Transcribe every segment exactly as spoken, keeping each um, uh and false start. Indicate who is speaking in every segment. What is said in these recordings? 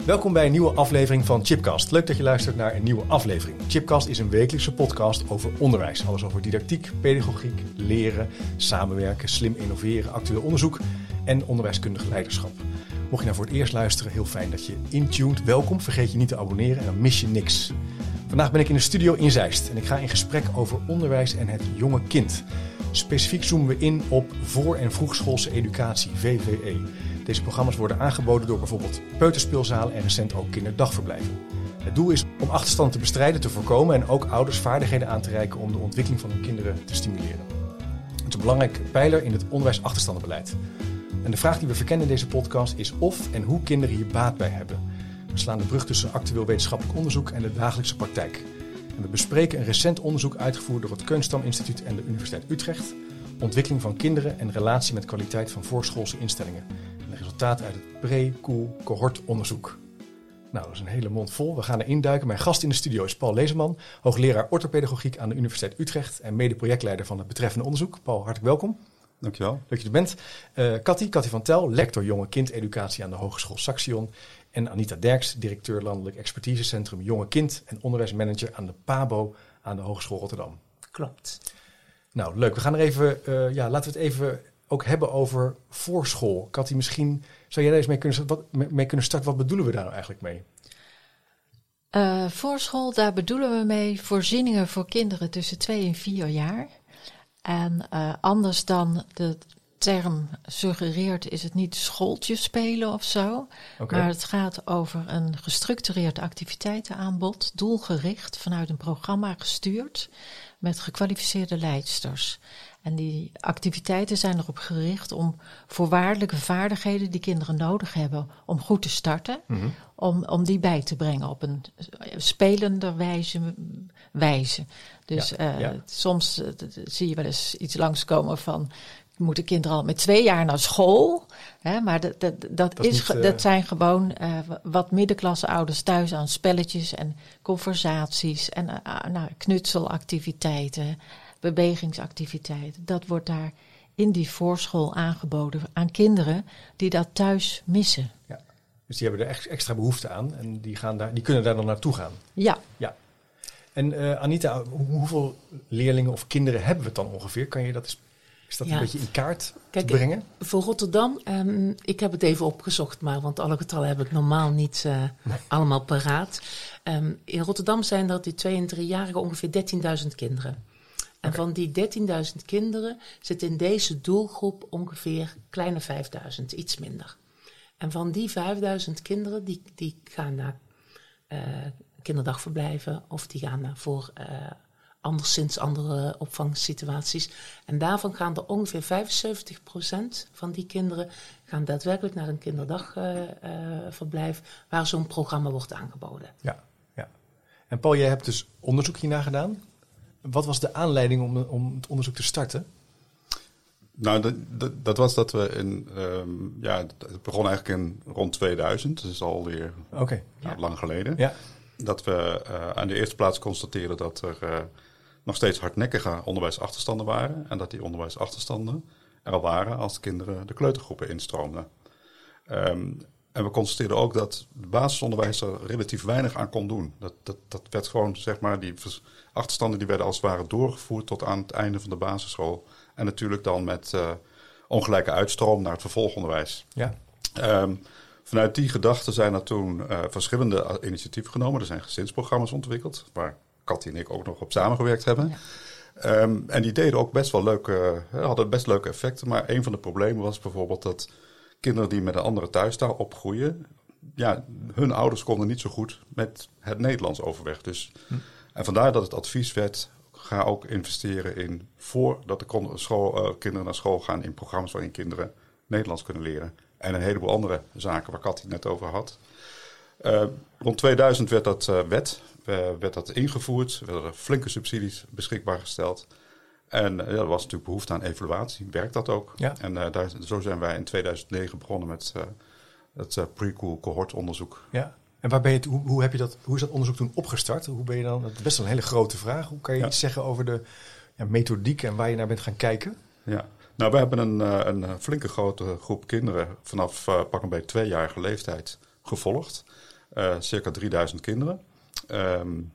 Speaker 1: Welkom bij een nieuwe aflevering van Chipcast. Leuk dat je luistert naar een nieuwe aflevering. Chipcast is een wekelijkse podcast over onderwijs. Alles over didactiek, pedagogiek, leren, samenwerken, slim innoveren, actueel onderzoek en onderwijskundig leiderschap. Mocht je nou voor het eerst luisteren, heel fijn dat je intuned. Welkom, vergeet je niet te abonneren en dan mis je niks. Vandaag ben ik in de studio in Zeist en ik ga in gesprek over onderwijs en het jonge kind. Specifiek zoomen we in op voor- en vroegschoolse educatie, V V E. Deze programma's worden aangeboden door bijvoorbeeld peuterspeelzalen en recent ook kinderdagverblijven. Het doel is om achterstand te bestrijden, te voorkomen en ook ouders vaardigheden aan te reiken om de ontwikkeling van hun kinderen te stimuleren. Het is een belangrijke pijler in het onderwijsachterstandenbeleid. En de vraag die we verkennen in deze podcast is of en hoe kinderen hier baat bij hebben. We slaan de brug tussen actueel wetenschappelijk onderzoek en de dagelijkse praktijk. En we bespreken een recent onderzoek uitgevoerd door het Keunstam Instituut en de Universiteit Utrecht. Ontwikkeling van kinderen en relatie met kwaliteit van voorschoolse instellingen. En de resultaten uit het pre-cool-cohortonderzoek. Nou, dat is een hele mond vol. We gaan erin duiken. Mijn gast in de studio is Paul Lezeman, hoogleraar orthopedagogiek aan de Universiteit Utrecht en mede-projectleider van het betreffende onderzoek. Paul, hartelijk welkom.
Speaker 2: Dankjewel.
Speaker 1: Leuk dat je er bent. Uh, Cathy, Cathy van Tel, lector jonge kindeducatie aan de Hogeschool Saxion. En Anita Derks, directeur landelijk expertisecentrum jonge kind en onderwijsmanager aan de PABO aan de Hogeschool Rotterdam.
Speaker 3: Klopt.
Speaker 1: Nou, leuk. We gaan er even, uh, ja, laten we het even ook hebben over voorschool. Cathy, misschien zou jij daar eens mee kunnen, wat, mee kunnen starten. Wat bedoelen we daar nou eigenlijk mee?
Speaker 3: Uh, voorschool, daar bedoelen we mee voorzieningen voor kinderen tussen twee en vier jaar. En uh, anders dan de term suggereert, is het niet schooltjes spelen of zo. Okay. Maar het gaat over een gestructureerd activiteitenaanbod, doelgericht vanuit een programma gestuurd met gekwalificeerde leidsters. En die activiteiten zijn erop gericht om voorwaardelijke vaardigheden die kinderen nodig hebben om goed te starten, mm-hmm. om, om die bij te brengen op een spelender wijze. wijze. Dus ja, uh, ja. soms uh, zie je wel eens iets langskomen van moeten kinderen al met twee jaar naar school? Hè, maar dat, dat, dat, dat, is, niet, uh... dat zijn gewoon uh, wat middenklasse ouders thuis aan spelletjes en conversaties en uh, nou, knutselactiviteiten, bewegingsactiviteiten. Dat wordt daar in die voorschool aangeboden aan kinderen die dat thuis missen.
Speaker 1: Ja, dus die hebben er echt extra behoefte aan en die, gaan daar, die kunnen daar dan naartoe gaan.
Speaker 3: Ja.
Speaker 1: ja. En uh, Anita, hoe, hoeveel leerlingen of kinderen hebben we het dan ongeveer? Kan je dat eens Is dat ja. een beetje in kaart
Speaker 4: Kijk,
Speaker 1: te brengen?
Speaker 4: Voor Rotterdam, um, ik heb het even opgezocht, maar want alle getallen heb ik normaal niet uh, nee. allemaal paraat. Um, in Rotterdam zijn er die twee- en driejarigen ongeveer dertienduizend kinderen. En okay. van die dertienduizend kinderen zitten in deze doelgroep ongeveer kleine vijfduizend, iets minder. En van die vijfduizend kinderen, die, die gaan naar uh, kinderdagverblijven of die gaan naar voor Uh, anderszins andere opvangsituaties. En daarvan gaan er ongeveer vijfenzeventig procent van die kinderen gaan daadwerkelijk naar een kinderdagverblijf uh, uh, waar zo'n programma wordt aangeboden.
Speaker 1: Ja, ja. En Paul, jij hebt dus onderzoek hierna gedaan. Wat was de aanleiding om, om het onderzoek te starten?
Speaker 2: Nou, dat, dat, dat was dat we in, um, ja, het begon eigenlijk in rond tweeduizend. Dat is alweer
Speaker 1: okay.
Speaker 2: nou,
Speaker 4: ja.
Speaker 2: lang geleden.
Speaker 1: Ja.
Speaker 2: Dat we uh, aan de eerste plaats constateren dat er uh, nog steeds hardnekkige onderwijsachterstanden waren. En dat die onderwijsachterstanden er al waren als de kinderen de kleutergroepen instroomden. Um, en we constateerden ook dat het basisonderwijs er relatief weinig aan kon doen. Dat, dat, dat werd gewoon, zeg maar, die achterstanden die werden als het ware doorgevoerd tot aan het einde van de basisschool. En natuurlijk dan met uh, ongelijke uitstroom naar het vervolgonderwijs.
Speaker 1: Ja.
Speaker 2: Um, vanuit die gedachten zijn er toen uh, verschillende initiatieven genomen. Er zijn gezinsprogramma's ontwikkeld, waar Cathy en ik ook nog op samengewerkt hebben. Ja. Um, en die deden ook best wel leuke, uh, hadden best leuke effecten. Maar een van de problemen was bijvoorbeeld dat kinderen die met een andere thuistaal opgroeien, ja, hun ouders konden niet zo goed met het Nederlands overweg. Dus, hm. En vandaar dat het advies werd, ga ook investeren in, voordat de school, uh, kinderen naar school gaan, in programma's waarin kinderen Nederlands kunnen leren. En een heleboel andere zaken waar Cathy het net over had. Uh, rond tweeduizend werd dat uh, wet, uh, werd dat ingevoerd, werden er flinke subsidies beschikbaar gesteld. En uh, ja, er was natuurlijk behoefte aan evaluatie, werkt dat ook.
Speaker 1: Ja.
Speaker 2: En uh, daar, zo zijn wij in tweeduizend negen begonnen met uh, het uh, pre-cool cohortonderzoek.
Speaker 1: Ja. En waar ben je, hoe, hoe, heb je dat, hoe is dat onderzoek toen opgestart? Hoe ben je dan, dat is best wel een hele grote vraag. Hoe kan je ja. iets zeggen over de ja, methodiek en waar je naar bent gaan kijken?
Speaker 2: Ja. Nou, we hebben een, een flinke grote groep kinderen vanaf uh, pak een beetje tweejarige leeftijd gevolgd. Uh, circa drieduizend kinderen. Um,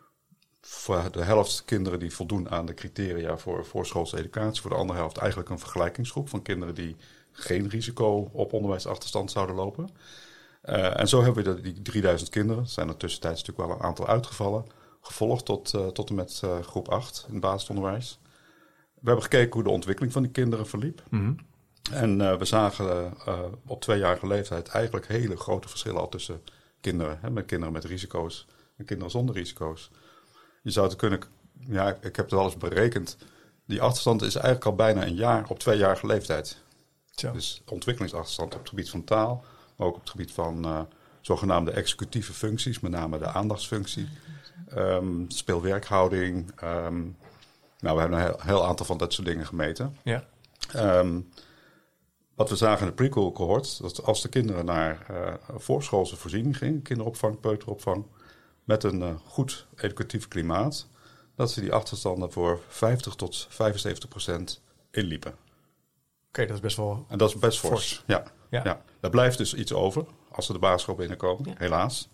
Speaker 2: voor de helft kinderen die voldoen aan de criteria voor voorschoolse educatie. Voor de andere helft eigenlijk een vergelijkingsgroep van kinderen die geen risico op onderwijsachterstand zouden lopen. Uh, en zo hebben we de, die drieduizend kinderen, er zijn er tussentijds natuurlijk wel een aantal uitgevallen, gevolgd tot, uh, tot en met uh, groep acht in het basisonderwijs. We hebben gekeken hoe de ontwikkeling van die kinderen verliep. Mm-hmm. En uh, we zagen uh, op tweejarige leeftijd eigenlijk hele grote verschillen al tussen kinderen. Hè, met kinderen met risico's en kinderen zonder risico's. Je zou het kunnen, ja, ik heb het wel eens berekend. Die achterstand is eigenlijk al bijna een jaar op tweejarige leeftijd. Zo. Dus ontwikkelingsachterstand op het gebied van taal, maar ook op het gebied van uh, zogenaamde executieve functies, met name de aandachtsfunctie, um, speelwerkhouding. Um, nou, we hebben een heel, heel aantal van dat soort dingen gemeten. Ja. Um, wat we zagen in de pre-cohort, dat als de kinderen naar uh, voorschoolse voorziening gingen, kinderopvang, peuteropvang, met een uh, goed educatief klimaat, dat ze die achterstanden voor vijftig tot vijfenzeventig procent inliepen.
Speaker 1: Oké, okay, dat is best wel
Speaker 2: En dat is best fors. fors. Ja, ja. ja. Daar blijft dus iets over als ze de basisschool binnenkomen, ja. helaas.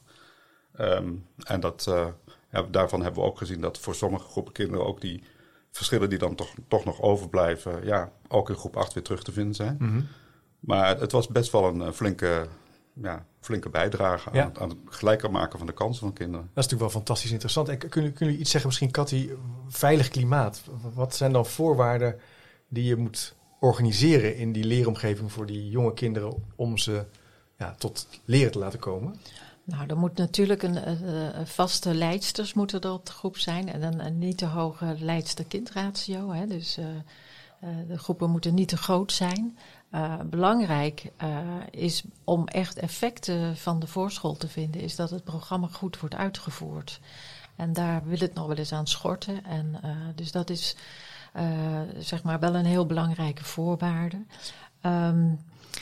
Speaker 2: Um, en dat, uh, ja, daarvan hebben we ook gezien dat voor sommige groepen kinderen ook die verschillen die dan toch, toch nog overblijven, ja, ook in groep acht weer terug te vinden zijn. Mm-hmm. Maar het was best wel een uh, flinke, ja, flinke bijdrage ja. aan, aan het gelijker maken van de kansen van kinderen.
Speaker 1: Dat is natuurlijk wel fantastisch interessant. En kunnen, kunnen jullie iets zeggen, misschien Katty, veilig klimaat? Wat zijn dan voorwaarden die je moet organiseren in die leeromgeving voor die jonge kinderen om ze ja, tot leren te laten komen?
Speaker 3: Nou, er moet natuurlijk een, een, een vaste leidsters moeten er op de groep zijn en een, een niet te hoge leidster-kindratio. Hè. Dus uh, uh, de groepen moeten niet te groot zijn. Uh, belangrijk uh, is om echt effecten van de voorschool te vinden, is dat het programma goed wordt uitgevoerd. En daar wil het nog wel eens aan schorten. En uh, dus dat is uh, zeg maar wel een heel belangrijke voorwaarde. Um,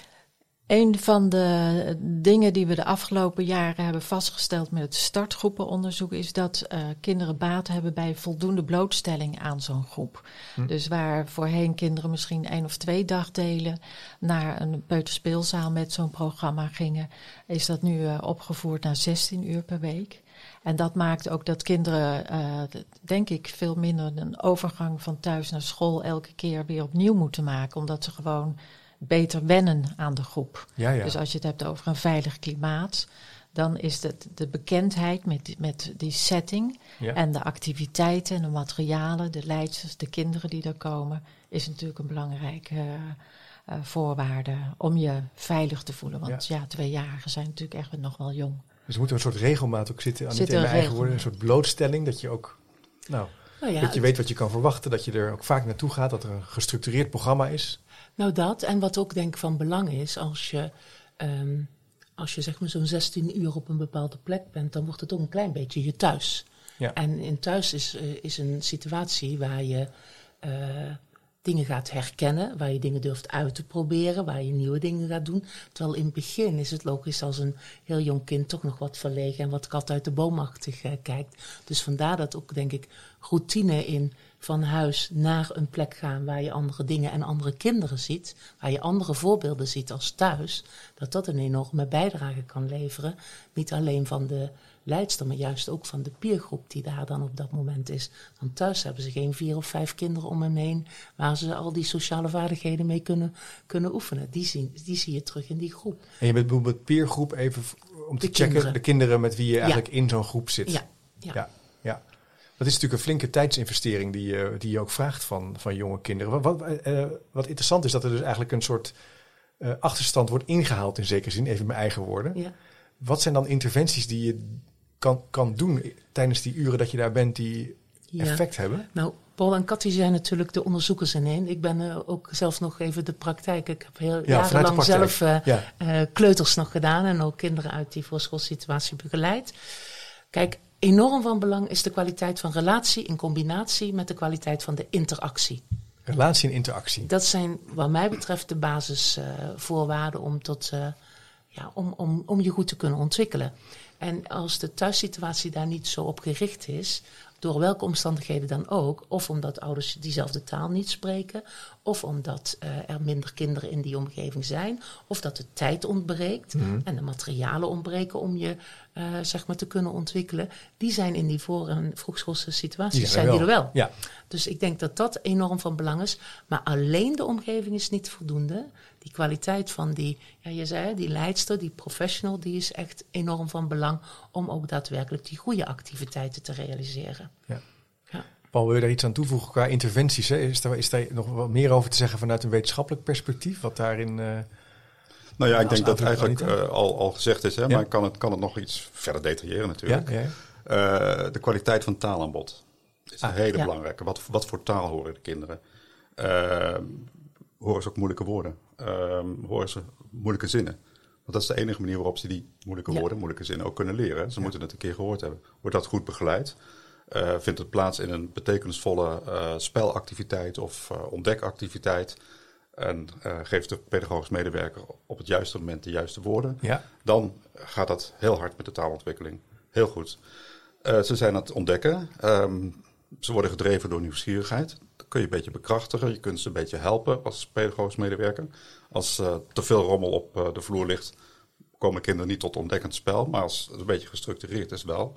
Speaker 3: Een van de dingen die we de afgelopen jaren hebben vastgesteld met het startgroepenonderzoek is dat uh, kinderen baat hebben bij voldoende blootstelling aan zo'n groep. Hm. Dus waar voorheen kinderen misschien één of twee dagdelen naar een peuterspeelzaal met zo'n programma gingen, is dat nu uh, opgevoerd naar zestien uur per week. En dat maakt ook dat kinderen, uh, denk ik, veel minder een overgang van thuis naar school elke keer weer opnieuw moeten maken, omdat ze gewoon beter wennen aan de groep. Ja, ja. Dus als je het hebt over een veilig klimaat, dan is het de bekendheid met, met die setting ja. en de activiteiten en de materialen, de leidsters, de kinderen die er komen, is natuurlijk een belangrijke uh, uh, voorwaarde om je veilig te voelen. Want ja, ja tweejarigen zijn natuurlijk echt nog wel jong.
Speaker 1: Dus er moet een soort regelmaat ook zitten, aan Zit niet in mijn eigen woorden, een soort blootstelling, dat je ook, nou, nou ja, dat je weet wat je kan verwachten, dat je er ook vaak naartoe gaat, dat er een gestructureerd programma is.
Speaker 4: Nou dat, en wat ook denk ik van belang is, als je, um, als je zeg maar zo'n zestien uur op een bepaalde plek bent, dan wordt het ook een klein beetje je thuis. Ja. En in thuis is, uh, is een situatie waar je uh, dingen gaat herkennen, waar je dingen durft uit te proberen, waar je nieuwe dingen gaat doen. Terwijl in het begin is het logisch als een heel jong kind toch nog wat verlegen en wat kat uit de boomachtig uh, kijkt. Dus vandaar dat ook denk ik routine in van huis naar een plek gaan waar je andere dingen en andere kinderen ziet, waar je andere voorbeelden ziet als thuis, dat dat een enorme bijdrage kan leveren. Niet alleen van de leidster, maar juist ook van de peergroep die daar dan op dat moment is. Want thuis hebben ze geen vier of vijf kinderen om hen heen waar ze al die sociale vaardigheden mee kunnen, kunnen oefenen. Die zie, die zie je terug in die groep.
Speaker 1: En je bent bijvoorbeeld peergroep even om te de checken kinderen. de kinderen met wie je eigenlijk ja. in zo'n groep zit.
Speaker 4: Ja, ja.
Speaker 1: ja. ja. Dat is natuurlijk een flinke tijdsinvestering die je, die je ook vraagt van, van jonge kinderen. Wat, wat, uh, wat interessant is dat er dus eigenlijk een soort uh, achterstand wordt ingehaald in zekere zin, even in mijn eigen woorden. Ja. Wat zijn dan interventies die je kan, kan doen tijdens die uren dat je daar bent die ja. effect hebben?
Speaker 4: Nou, Paul en Katty zijn natuurlijk de onderzoekers in één. Ik ben uh, ook zelf nog even de praktijk. Ik heb heel ja, jarenlang zelf uh, ja. uh, kleuters nog gedaan en ook kinderen uit die voorschoolsituatie begeleid. Kijk, enorm van belang is de kwaliteit van relatie in combinatie met de kwaliteit van de interactie.
Speaker 1: Relatie en interactie.
Speaker 4: Dat zijn wat mij betreft de basisvoorwaarden uh, om, tot, uh, ja, om, om, om je goed te kunnen ontwikkelen. En als de thuissituatie daar niet zo op gericht is, door welke omstandigheden dan ook, of omdat ouders diezelfde taal niet spreken, of omdat uh, er minder kinderen in die omgeving zijn, of dat de tijd ontbreekt mm-hmm. en de materialen ontbreken om je uh, zeg maar te kunnen ontwikkelen, die zijn in die voor- en vroegschoolse situaties die zijn, zijn die er wel.
Speaker 1: Ja.
Speaker 4: Dus ik denk dat dat enorm van belang is. Maar alleen de omgeving is niet voldoende. Die kwaliteit van die, ja, je zei, die leidster, die professional, die is echt enorm van belang om ook daadwerkelijk die goede activiteiten te realiseren.
Speaker 1: Ja.
Speaker 4: Ja.
Speaker 1: Paul, wil je daar iets aan toevoegen qua interventies? Hè? Is, daar, is daar nog wat meer over te zeggen vanuit een wetenschappelijk perspectief? Wat daarin... Uh,
Speaker 2: nou ja, ik denk dat eigenlijk uh, al, al gezegd is, hè, ja. maar ik kan het, kan het nog iets verder detailleren natuurlijk. Ja, ja. Uh, de kwaliteit van taalaanbod is ah, een hele ja. belangrijke. Wat, wat voor taal horen de kinderen? Uh, horen ze ook moeilijke woorden? Uh, horen ze moeilijke zinnen? Want dat is de enige manier waarop ze die moeilijke ja. woorden, moeilijke zinnen ook kunnen leren. Ze ja. moeten het een keer gehoord hebben. Wordt dat goed begeleid? Uh, vindt het plaats in een betekenisvolle uh, spelactiviteit of uh, ontdekactiviteit? En uh, geeft de pedagogisch medewerker op het juiste moment de juiste woorden? Ja. Dan gaat dat heel hard met de taalontwikkeling. Heel goed. Uh, ze zijn aan het ontdekken. Um, ze worden gedreven door nieuwsgierigheid. Dat kun je een beetje bekrachtigen. Je kunt ze een beetje helpen als pedagogisch medewerker. Als uh, te veel rommel op uh, de vloer ligt, komen kinderen niet tot ontdekkend spel. Maar als het een beetje gestructureerd is wel.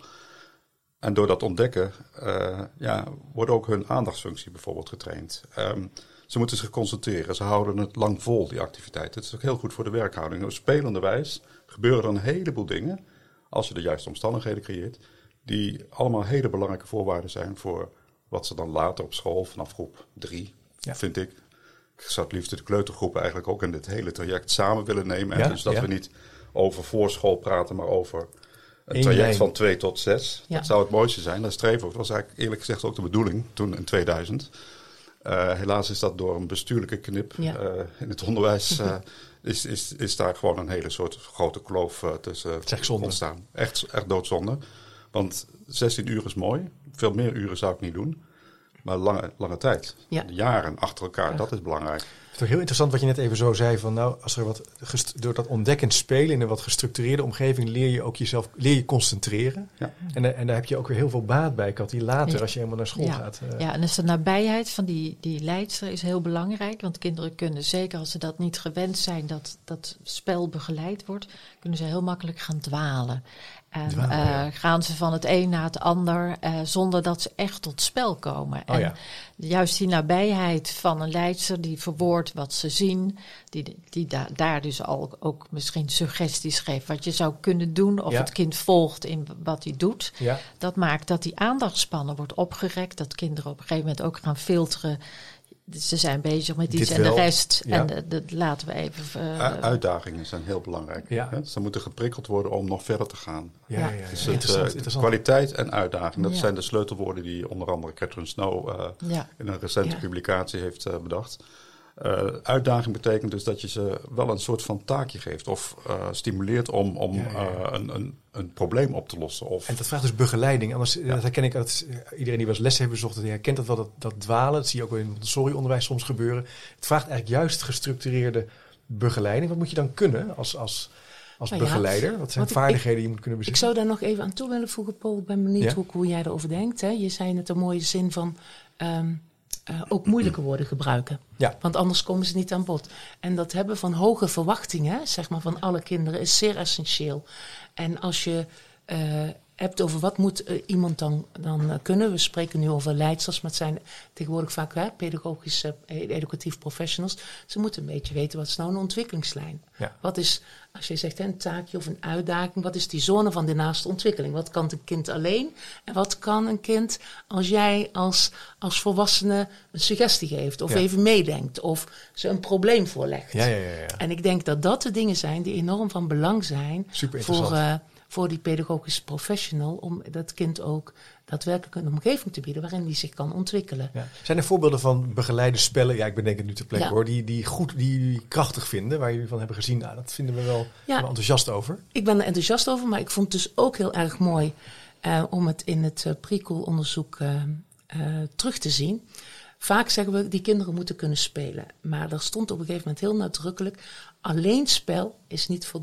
Speaker 2: En door dat ontdekken uh, ja, wordt ook hun aandachtsfunctie bijvoorbeeld getraind. Um, ze moeten zich concentreren. Ze houden het lang vol, die activiteit. Het is ook heel goed voor de werkhouding. Op spelende wijze gebeuren er een heleboel dingen, als je de juiste omstandigheden creëert, die allemaal hele belangrijke voorwaarden zijn voor wat ze dan later op school, vanaf groep drie, ja. vind ik. Ik zou het liefst de kleutergroepen eigenlijk ook in dit hele traject samen willen nemen. Ja, dus dat ja. we niet over voorschool praten, maar over een traject lijn. van twee tot zes. Ja. Dat zou het mooiste zijn. Dat streven ook. Dat was eigenlijk eerlijk gezegd ook de bedoeling toen in tweeduizend. Uh, helaas is dat door een bestuurlijke knip ja. uh, in het onderwijs uh, is, is, is daar gewoon een hele soort grote kloof uh, tussen uh, ontstaan. Echt, echt doodzonde. Want zestien uur is mooi. Veel meer uren zou ik niet doen. Maar lange, lange tijd. Ja. Jaren achter elkaar, ja. dat is belangrijk.
Speaker 1: Het is toch heel interessant wat je net even zo zei. Van nou, als er wat gest- door dat ontdekkend spelen in een wat gestructureerde omgeving leer je ook jezelf leer je concentreren. Ja. En, en daar heb je ook weer heel veel baat bij, Katie, later ja. als je helemaal naar school
Speaker 3: ja.
Speaker 1: gaat. Uh.
Speaker 3: Ja, en dus de nabijheid van die, die leidster is heel belangrijk. Want kinderen kunnen, zeker als ze dat niet gewend zijn, dat dat spel begeleid wordt, kunnen ze heel makkelijk gaan dwalen. En Dwalen, uh, ja. gaan ze van het een naar het ander, uh, zonder dat ze echt tot spel komen.
Speaker 1: Oh,
Speaker 3: en
Speaker 1: ja.
Speaker 3: juist die nabijheid van een leidster die verwoordt wat ze zien, die, die da- daar dus al ook misschien suggesties geeft wat je zou kunnen doen, of ja. het kind volgt in wat hij doet. Ja. Dat maakt dat die aandachtspannen wordt opgerekt, dat kinderen op een gegeven moment ook gaan filteren. Ze zijn bezig met iets en de rest. Ja. En de, de, laten we even... Uh,
Speaker 2: Uitdagingen zijn heel belangrijk. Ja. Hè? Ze moeten geprikkeld worden om nog verder te gaan.
Speaker 1: Ja, ja, ja, ja.
Speaker 2: Dus
Speaker 1: ja.
Speaker 2: Het,
Speaker 1: interessant,
Speaker 2: uh,
Speaker 1: interessant.
Speaker 2: Kwaliteit en uitdaging. Dat
Speaker 3: ja.
Speaker 2: zijn de sleutelwoorden die onder andere Catherine Snow uh, ja. in een recente ja. publicatie heeft uh, bedacht. Uh, uitdaging betekent dus dat je ze wel een soort van taakje geeft. Of uh, stimuleert om, om ja, ja, ja. Uh, een, een, een probleem op te lossen. Of
Speaker 1: en dat vraagt dus begeleiding. Anders, ja. dat herken ik, dat iedereen die wel eens lessen heeft bezocht, die herkent dat wel, dat, dat dwalen. Dat zie je ook wel in het Montessori-onderwijs soms gebeuren. Het vraagt eigenlijk juist gestructureerde begeleiding. Wat moet je dan kunnen als, als, als nou begeleider? Wat zijn wat vaardigheden ik, je moet kunnen bezitten?
Speaker 4: Ik zou daar nog even aan toe willen voegen, Paul. Ik ben benieuwd ja? hoe, hoe jij erover denkt. Hè? Je zei het een mooie zin van Um, Uh, ook moeilijke woorden gebruiken. Ja. Want anders komen ze niet aan bod. En dat hebben van hoge verwachtingen, zeg maar, van alle kinderen, is zeer essentieel. En als je uh, hebt over wat moet uh, iemand dan, dan uh, kunnen. We spreken nu over leidsters, maar het zijn tegenwoordig vaak hè, pedagogische, uh, educatief professionals. Ze moeten een beetje weten, wat is nou een ontwikkelingslijn? Ja. Wat is, als je zegt hè, een taakje of een uitdaging, wat is die zone van de naaste ontwikkeling? Wat kan een kind alleen? En wat kan een kind als jij als, als volwassene een suggestie geeft? Of ja. even meedenkt? Of ze een probleem voorlegt?
Speaker 1: Ja, ja, ja, ja.
Speaker 4: En ik denk dat dat de dingen zijn die enorm van belang zijn voor, uh, voor die pedagogische professional, om dat kind ook daadwerkelijk een omgeving te bieden waarin die zich kan ontwikkelen.
Speaker 1: Ja. Zijn er voorbeelden van begeleide spellen, ja, ik bedenk het nu ter plekke ja. hoor, die, die goed, die krachtig vinden, waar jullie van hebben gezien? Nou, dat vinden we wel ja. enthousiast over.
Speaker 4: Ik ben er enthousiast over, maar ik vond het dus ook heel erg mooi uh, om het in het uh, pre-school-onderzoek uh, uh, terug te zien. Vaak zeggen we, die kinderen moeten kunnen spelen. Maar er stond op een gegeven moment heel nadrukkelijk, alleen spel is niet voldoende.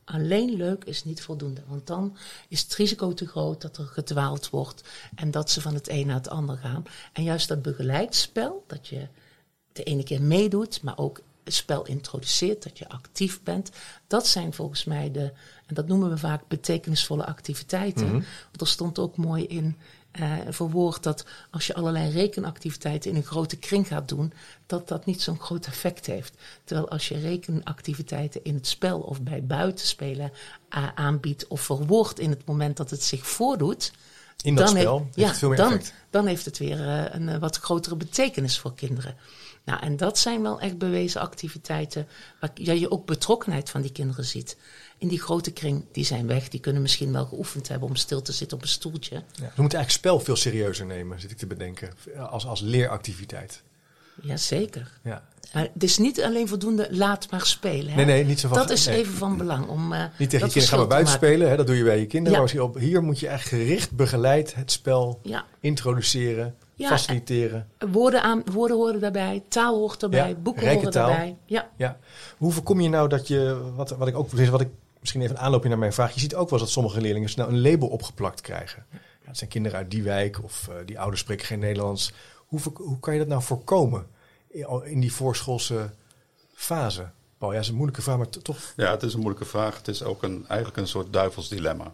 Speaker 4: alleen leuk is niet voldoende. Want dan is het risico te groot dat er gedwaald wordt en dat ze van het een naar het ander gaan. En juist dat begeleidspel, dat je de ene keer meedoet, maar ook het spel introduceert, dat je actief bent. Dat zijn volgens mij de, en dat noemen we vaak betekenisvolle activiteiten.
Speaker 1: Mm-hmm.
Speaker 4: Want er stond ook mooi in uh, verwoord dat als je allerlei rekenactiviteiten in een grote kring gaat doen, dat dat niet zo'n groot effect heeft. Terwijl als je rekenactiviteiten in het spel of bij buitenspelen uh, aanbiedt of verwoordt in het moment dat het zich voordoet,
Speaker 1: In dat
Speaker 4: dan
Speaker 1: spel
Speaker 4: heeft,
Speaker 1: heeft
Speaker 4: ja,
Speaker 1: het veel meer
Speaker 4: dan,
Speaker 1: effect.
Speaker 4: dan heeft het weer uh, een uh, wat grotere betekenis voor kinderen. Nou, en dat zijn wel echt bewezen activiteiten waar ja, je ook betrokkenheid van die kinderen ziet. In die grote kring, die zijn weg. Die kunnen misschien wel geoefend hebben om stil te zitten op een stoeltje.
Speaker 1: Ja. We moeten eigenlijk spel veel serieuzer nemen, zit ik te bedenken. Als, als leeractiviteit.
Speaker 4: Jazeker.
Speaker 1: Ja.
Speaker 4: Maar het is niet alleen voldoende laat maar spelen. Hè?
Speaker 1: Nee, nee, niet zo van...
Speaker 4: Dat is
Speaker 1: nee.
Speaker 4: even van belang. Om, uh,
Speaker 1: Niet tegen je
Speaker 4: dat
Speaker 1: kinderen gaan we
Speaker 4: verschil
Speaker 1: buiten
Speaker 4: te maken.
Speaker 1: spelen. Hè? Dat doe je bij je kinderen.
Speaker 4: Ja.
Speaker 1: Maar op, hier moet je echt gericht begeleid het spel
Speaker 4: Ja.
Speaker 1: introduceren,
Speaker 4: Ja,
Speaker 1: faciliteren.
Speaker 4: Woorden, aan, woorden horen daarbij, taal hoort erbij,
Speaker 1: Ja,
Speaker 4: boeken horen
Speaker 1: rijkentaal.
Speaker 4: daarbij. Ja.
Speaker 1: Ja. Hoe voorkom je nou dat je, wat, wat ik ook, wat ik misschien even een aanloopje naar mijn vraag, je ziet ook wel eens dat sommige leerlingen snel een label opgeplakt krijgen. Ja, het zijn kinderen uit die wijk of uh, die ouders spreken geen Nederlands. Hoe, hoe kan je dat nou voorkomen in, in die voorschoolse fase? Paul, ja, dat is een moeilijke vraag, maar toch...
Speaker 2: Ja, het is een moeilijke vraag. Het is ook een, eigenlijk een soort duivels dilemma.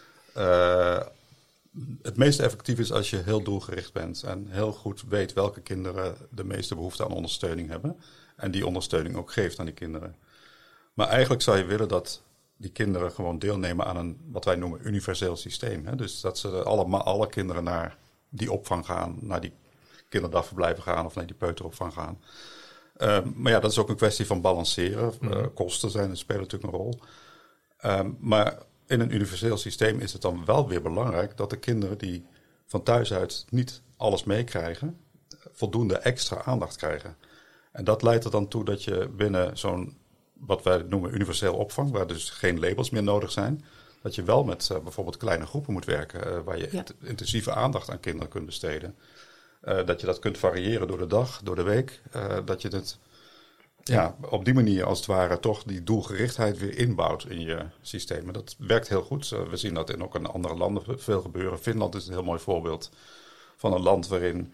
Speaker 2: Uh, het meest effectief is als je heel doelgericht bent en heel goed weet welke kinderen de meeste behoefte aan ondersteuning hebben. En die ondersteuning ook geeft aan die kinderen. Maar eigenlijk zou je willen dat die kinderen gewoon deelnemen aan een, wat wij noemen, universeel systeem. Hè? Dus dat ze allemaal, alle kinderen naar die opvang gaan, naar die kinderdagverblijven gaan of naar die peuteropvang gaan. Uh, maar ja, dat is ook een kwestie van balanceren. Uh, kosten zijn, spelen natuurlijk een rol. Um, maar in een universeel systeem is het dan wel weer belangrijk dat de kinderen die van thuis uit niet alles meekrijgen, voldoende extra aandacht krijgen. En dat leidt er dan toe dat je binnen zo'n, wat wij noemen universeel opvang, waar dus geen labels meer nodig zijn, dat je wel met uh, bijvoorbeeld kleine groepen moet werken, uh, waar je ja. intensieve aandacht aan kinderen kunt besteden. Uh, dat je dat kunt variëren door de dag, door de week. Uh, dat je het ja, op die manier als het ware toch die doelgerichtheid weer inbouwt in je systeem. Dat werkt heel goed. Uh, we zien dat in ook in andere landen veel gebeuren. Finland is een heel mooi voorbeeld van een land waarin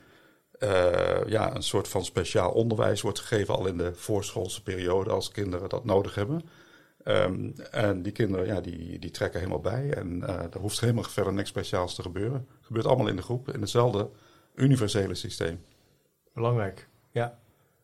Speaker 2: uh, ja, een soort van speciaal onderwijs wordt gegeven al in de voorschoolse periode als kinderen dat nodig hebben. Um, en die kinderen ja, die, die trekken helemaal bij en uh, er hoeft helemaal verder niks speciaals te gebeuren. Het gebeurt allemaal in de groep, in hetzelfde universele systeem.
Speaker 1: Belangrijk, ja.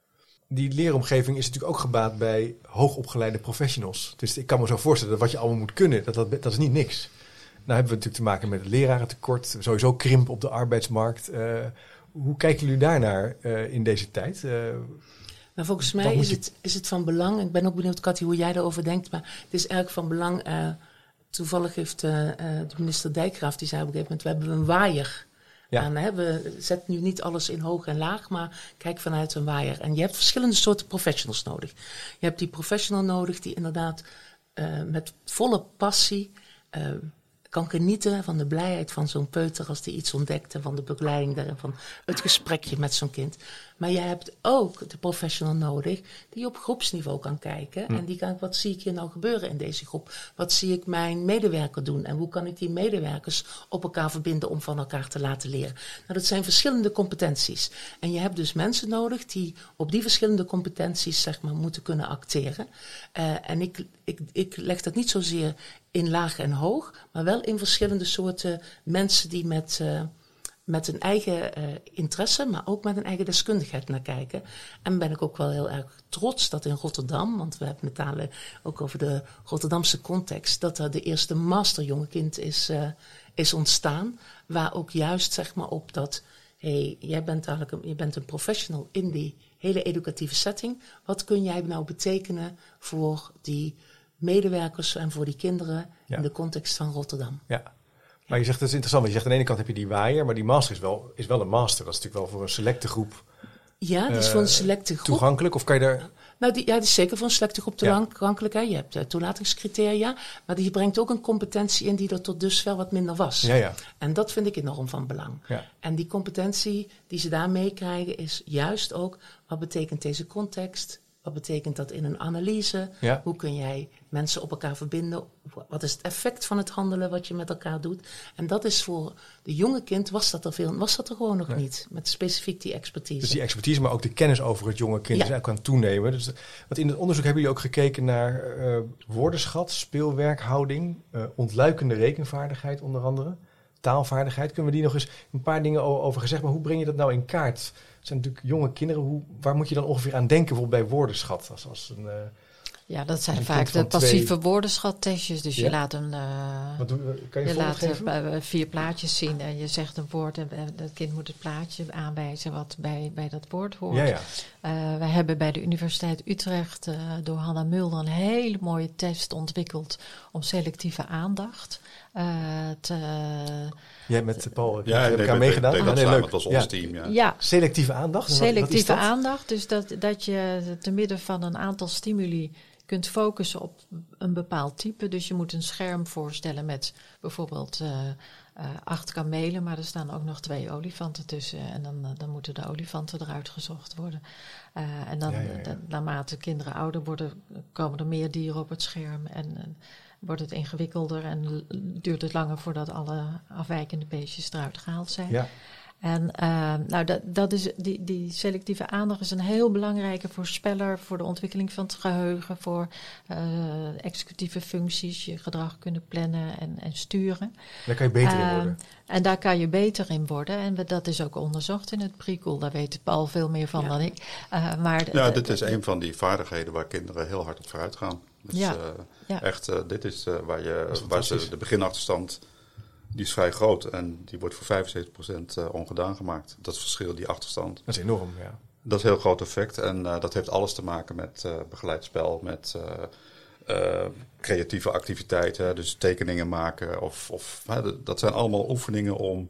Speaker 1: Die leeromgeving is natuurlijk ook gebaat bij hoogopgeleide professionals. Dus ik kan me zo voorstellen dat wat je allemaal moet kunnen, dat, dat, dat is niet niks. Nou hebben we natuurlijk te maken met het lerarentekort, sowieso krimp op de arbeidsmarkt. Uh, hoe kijken jullie daarnaar uh, in deze tijd? Uh,
Speaker 4: Nou, volgens mij is, je... het, is het van belang, ik ben ook benieuwd, Katty, hoe jij daarover denkt, maar het is eigenlijk van belang, uh, toevallig heeft uh, uh, de minister Dijkgraaf, die zei op een gegeven moment, we hebben een waaier. Ja. En, hè, we zetten nu niet alles in hoog en laag, maar kijk vanuit een waaier. En je hebt verschillende soorten professionals nodig. Je hebt die professional nodig die inderdaad uh, met volle passie uh, kan genieten van de blijheid van zo'n peuter als die iets ontdekt en van de begeleiding daar, van het gesprekje met zo'n kind. Maar je hebt ook de professional nodig die op groepsniveau kan kijken. Hm. En die kan, wat zie ik hier nou gebeuren in deze groep? Wat zie ik mijn medewerker doen? En hoe kan ik die medewerkers op elkaar verbinden om van elkaar te laten leren? Nou, dat zijn verschillende competenties. En je hebt dus mensen nodig die op die verschillende competenties, zeg maar, moeten kunnen acteren. Uh, en ik, ik, ik leg dat niet zozeer in laag en hoog, maar wel in verschillende soorten mensen die met... Uh, met een eigen uh, interesse, maar ook met een eigen deskundigheid naar kijken. En ben ik ook wel heel erg trots dat in Rotterdam, want we hebben het dadelijk ook over de Rotterdamse context, dat er de eerste master jonge kind is, uh, is ontstaan, waar ook juist zeg maar op dat, hey, jij bent eigenlijk een, je bent een professional in die hele educatieve setting. Wat kun jij nou betekenen voor die medewerkers en voor die kinderen ja. in de context van Rotterdam?
Speaker 1: Ja. Maar je zegt, dat is interessant, want je zegt aan de ene kant heb je die waaier, maar die master is wel, is wel een master. Dat is natuurlijk wel voor een selecte groep.
Speaker 4: Ja, die is uh, voor een selecte groep.
Speaker 1: Toegankelijk, of kan je daar...
Speaker 4: Nou, die, ja, die is zeker voor een selecte groep toegankelijk. Ja. Je hebt uh, toelatingscriteria, maar die brengt ook een competentie in die er tot dusver wat minder was.
Speaker 1: Ja, ja.
Speaker 4: En dat vind ik enorm van belang.
Speaker 1: Ja.
Speaker 4: En die competentie die ze daar meekrijgen is juist ook, wat betekent deze context? Wat betekent dat in een analyse?
Speaker 1: Ja.
Speaker 4: Hoe kun jij mensen op elkaar verbinden? Wat is het effect van het handelen wat je met elkaar doet? En dat is voor de jonge kind, was dat er, veel, was dat er gewoon nog
Speaker 1: nee.
Speaker 4: niet. Met specifiek die expertise.
Speaker 1: Dus die expertise, maar ook de kennis over het jonge kind
Speaker 4: Ja.
Speaker 1: is eigenlijk aan het toenemen. Dus, want in het onderzoek hebben jullie ook gekeken naar uh, woordenschat, speelwerkhouding, uh, ontluikende rekenvaardigheid onder andere, taalvaardigheid. Kunnen we die nog eens een paar dingen over gezegd, maar hoe breng je dat nou in kaart? Het zijn natuurlijk jonge kinderen. Hoe, waar moet je dan ongeveer aan denken, bijvoorbeeld bij woordenschat? Als, als een, uh,
Speaker 3: ja, dat zijn
Speaker 1: een
Speaker 3: vaak
Speaker 1: kind
Speaker 3: de
Speaker 1: van
Speaker 3: passieve
Speaker 1: twee...
Speaker 3: woordenschattestjes. Dus
Speaker 1: Ja?
Speaker 3: je laat een, uh,
Speaker 1: Wat doe, kan je,
Speaker 3: je
Speaker 1: je
Speaker 3: laat
Speaker 1: geven?
Speaker 3: uh, vier plaatjes zien en je zegt een woord en het kind moet het plaatje aanwijzen wat bij, bij dat woord hoort.
Speaker 1: Ja, ja.
Speaker 3: Uh, we hebben bij de Universiteit Utrecht uh, door Hanna Mulder een hele mooie test ontwikkeld om selectieve aandacht uh, te...
Speaker 1: Jij hebt met Paul
Speaker 2: Ja,
Speaker 1: heb
Speaker 2: nee,
Speaker 1: elkaar
Speaker 2: we-
Speaker 1: meegedaan.
Speaker 2: we- we-
Speaker 1: Ja, nee,
Speaker 2: samen,
Speaker 1: leuk.
Speaker 2: Het was ons
Speaker 1: Ja.
Speaker 2: team, ja.
Speaker 3: Ja,
Speaker 1: Selectieve aandacht. Wat- wat is
Speaker 3: selectieve
Speaker 1: dat?
Speaker 3: aandacht. Dus dat, dat je te midden van een aantal stimuli kunt focussen op een bepaald type. Dus je moet een scherm voorstellen met bijvoorbeeld uh, uh, acht kamelen, maar er staan ook nog twee olifanten tussen. En dan, uh, dan moeten de olifanten eruit gezocht worden. Uh, en dan,
Speaker 1: Ja, ja, ja.
Speaker 3: de, naarmate kinderen ouder worden, komen er meer dieren op het scherm. En uh, wordt het ingewikkelder en l- duurt het langer voordat alle afwijkende beestjes eruit gehaald zijn.
Speaker 1: Ja.
Speaker 3: En uh, nou, dat, dat is, die, die selectieve aandacht is een heel belangrijke voorspeller voor de ontwikkeling van het geheugen, voor uh, executieve functies, je gedrag kunnen plannen en, en sturen.
Speaker 1: Daar kan je beter in
Speaker 3: Uh,
Speaker 1: worden.
Speaker 3: En daar kan je beter in worden. En we, dat is ook onderzocht in het prequel. Daar weet Paul veel meer van
Speaker 4: Ja.
Speaker 3: dan ik. Uh, maar de-
Speaker 2: Ja,
Speaker 3: de-
Speaker 2: dit is een van die vaardigheden waar kinderen heel hard op vooruit gaan. Dus
Speaker 3: Ja.
Speaker 2: uh,
Speaker 3: Ja.
Speaker 2: echt, uh, dit is uh, waar, je,
Speaker 1: Dat is
Speaker 2: waar ze
Speaker 1: fantastisch.
Speaker 2: de beginachterstand, die is vrij groot. En die wordt voor vijfenzeventig procent uh, ongedaan gemaakt. Dat verschil, die achterstand.
Speaker 1: Dat is enorm, ja.
Speaker 2: Dat is een heel groot effect. En uh, dat heeft alles te maken met uh, begeleid spel, met uh, uh, creatieve activiteiten. Dus tekeningen maken. Of, of, uh, dat zijn allemaal oefeningen om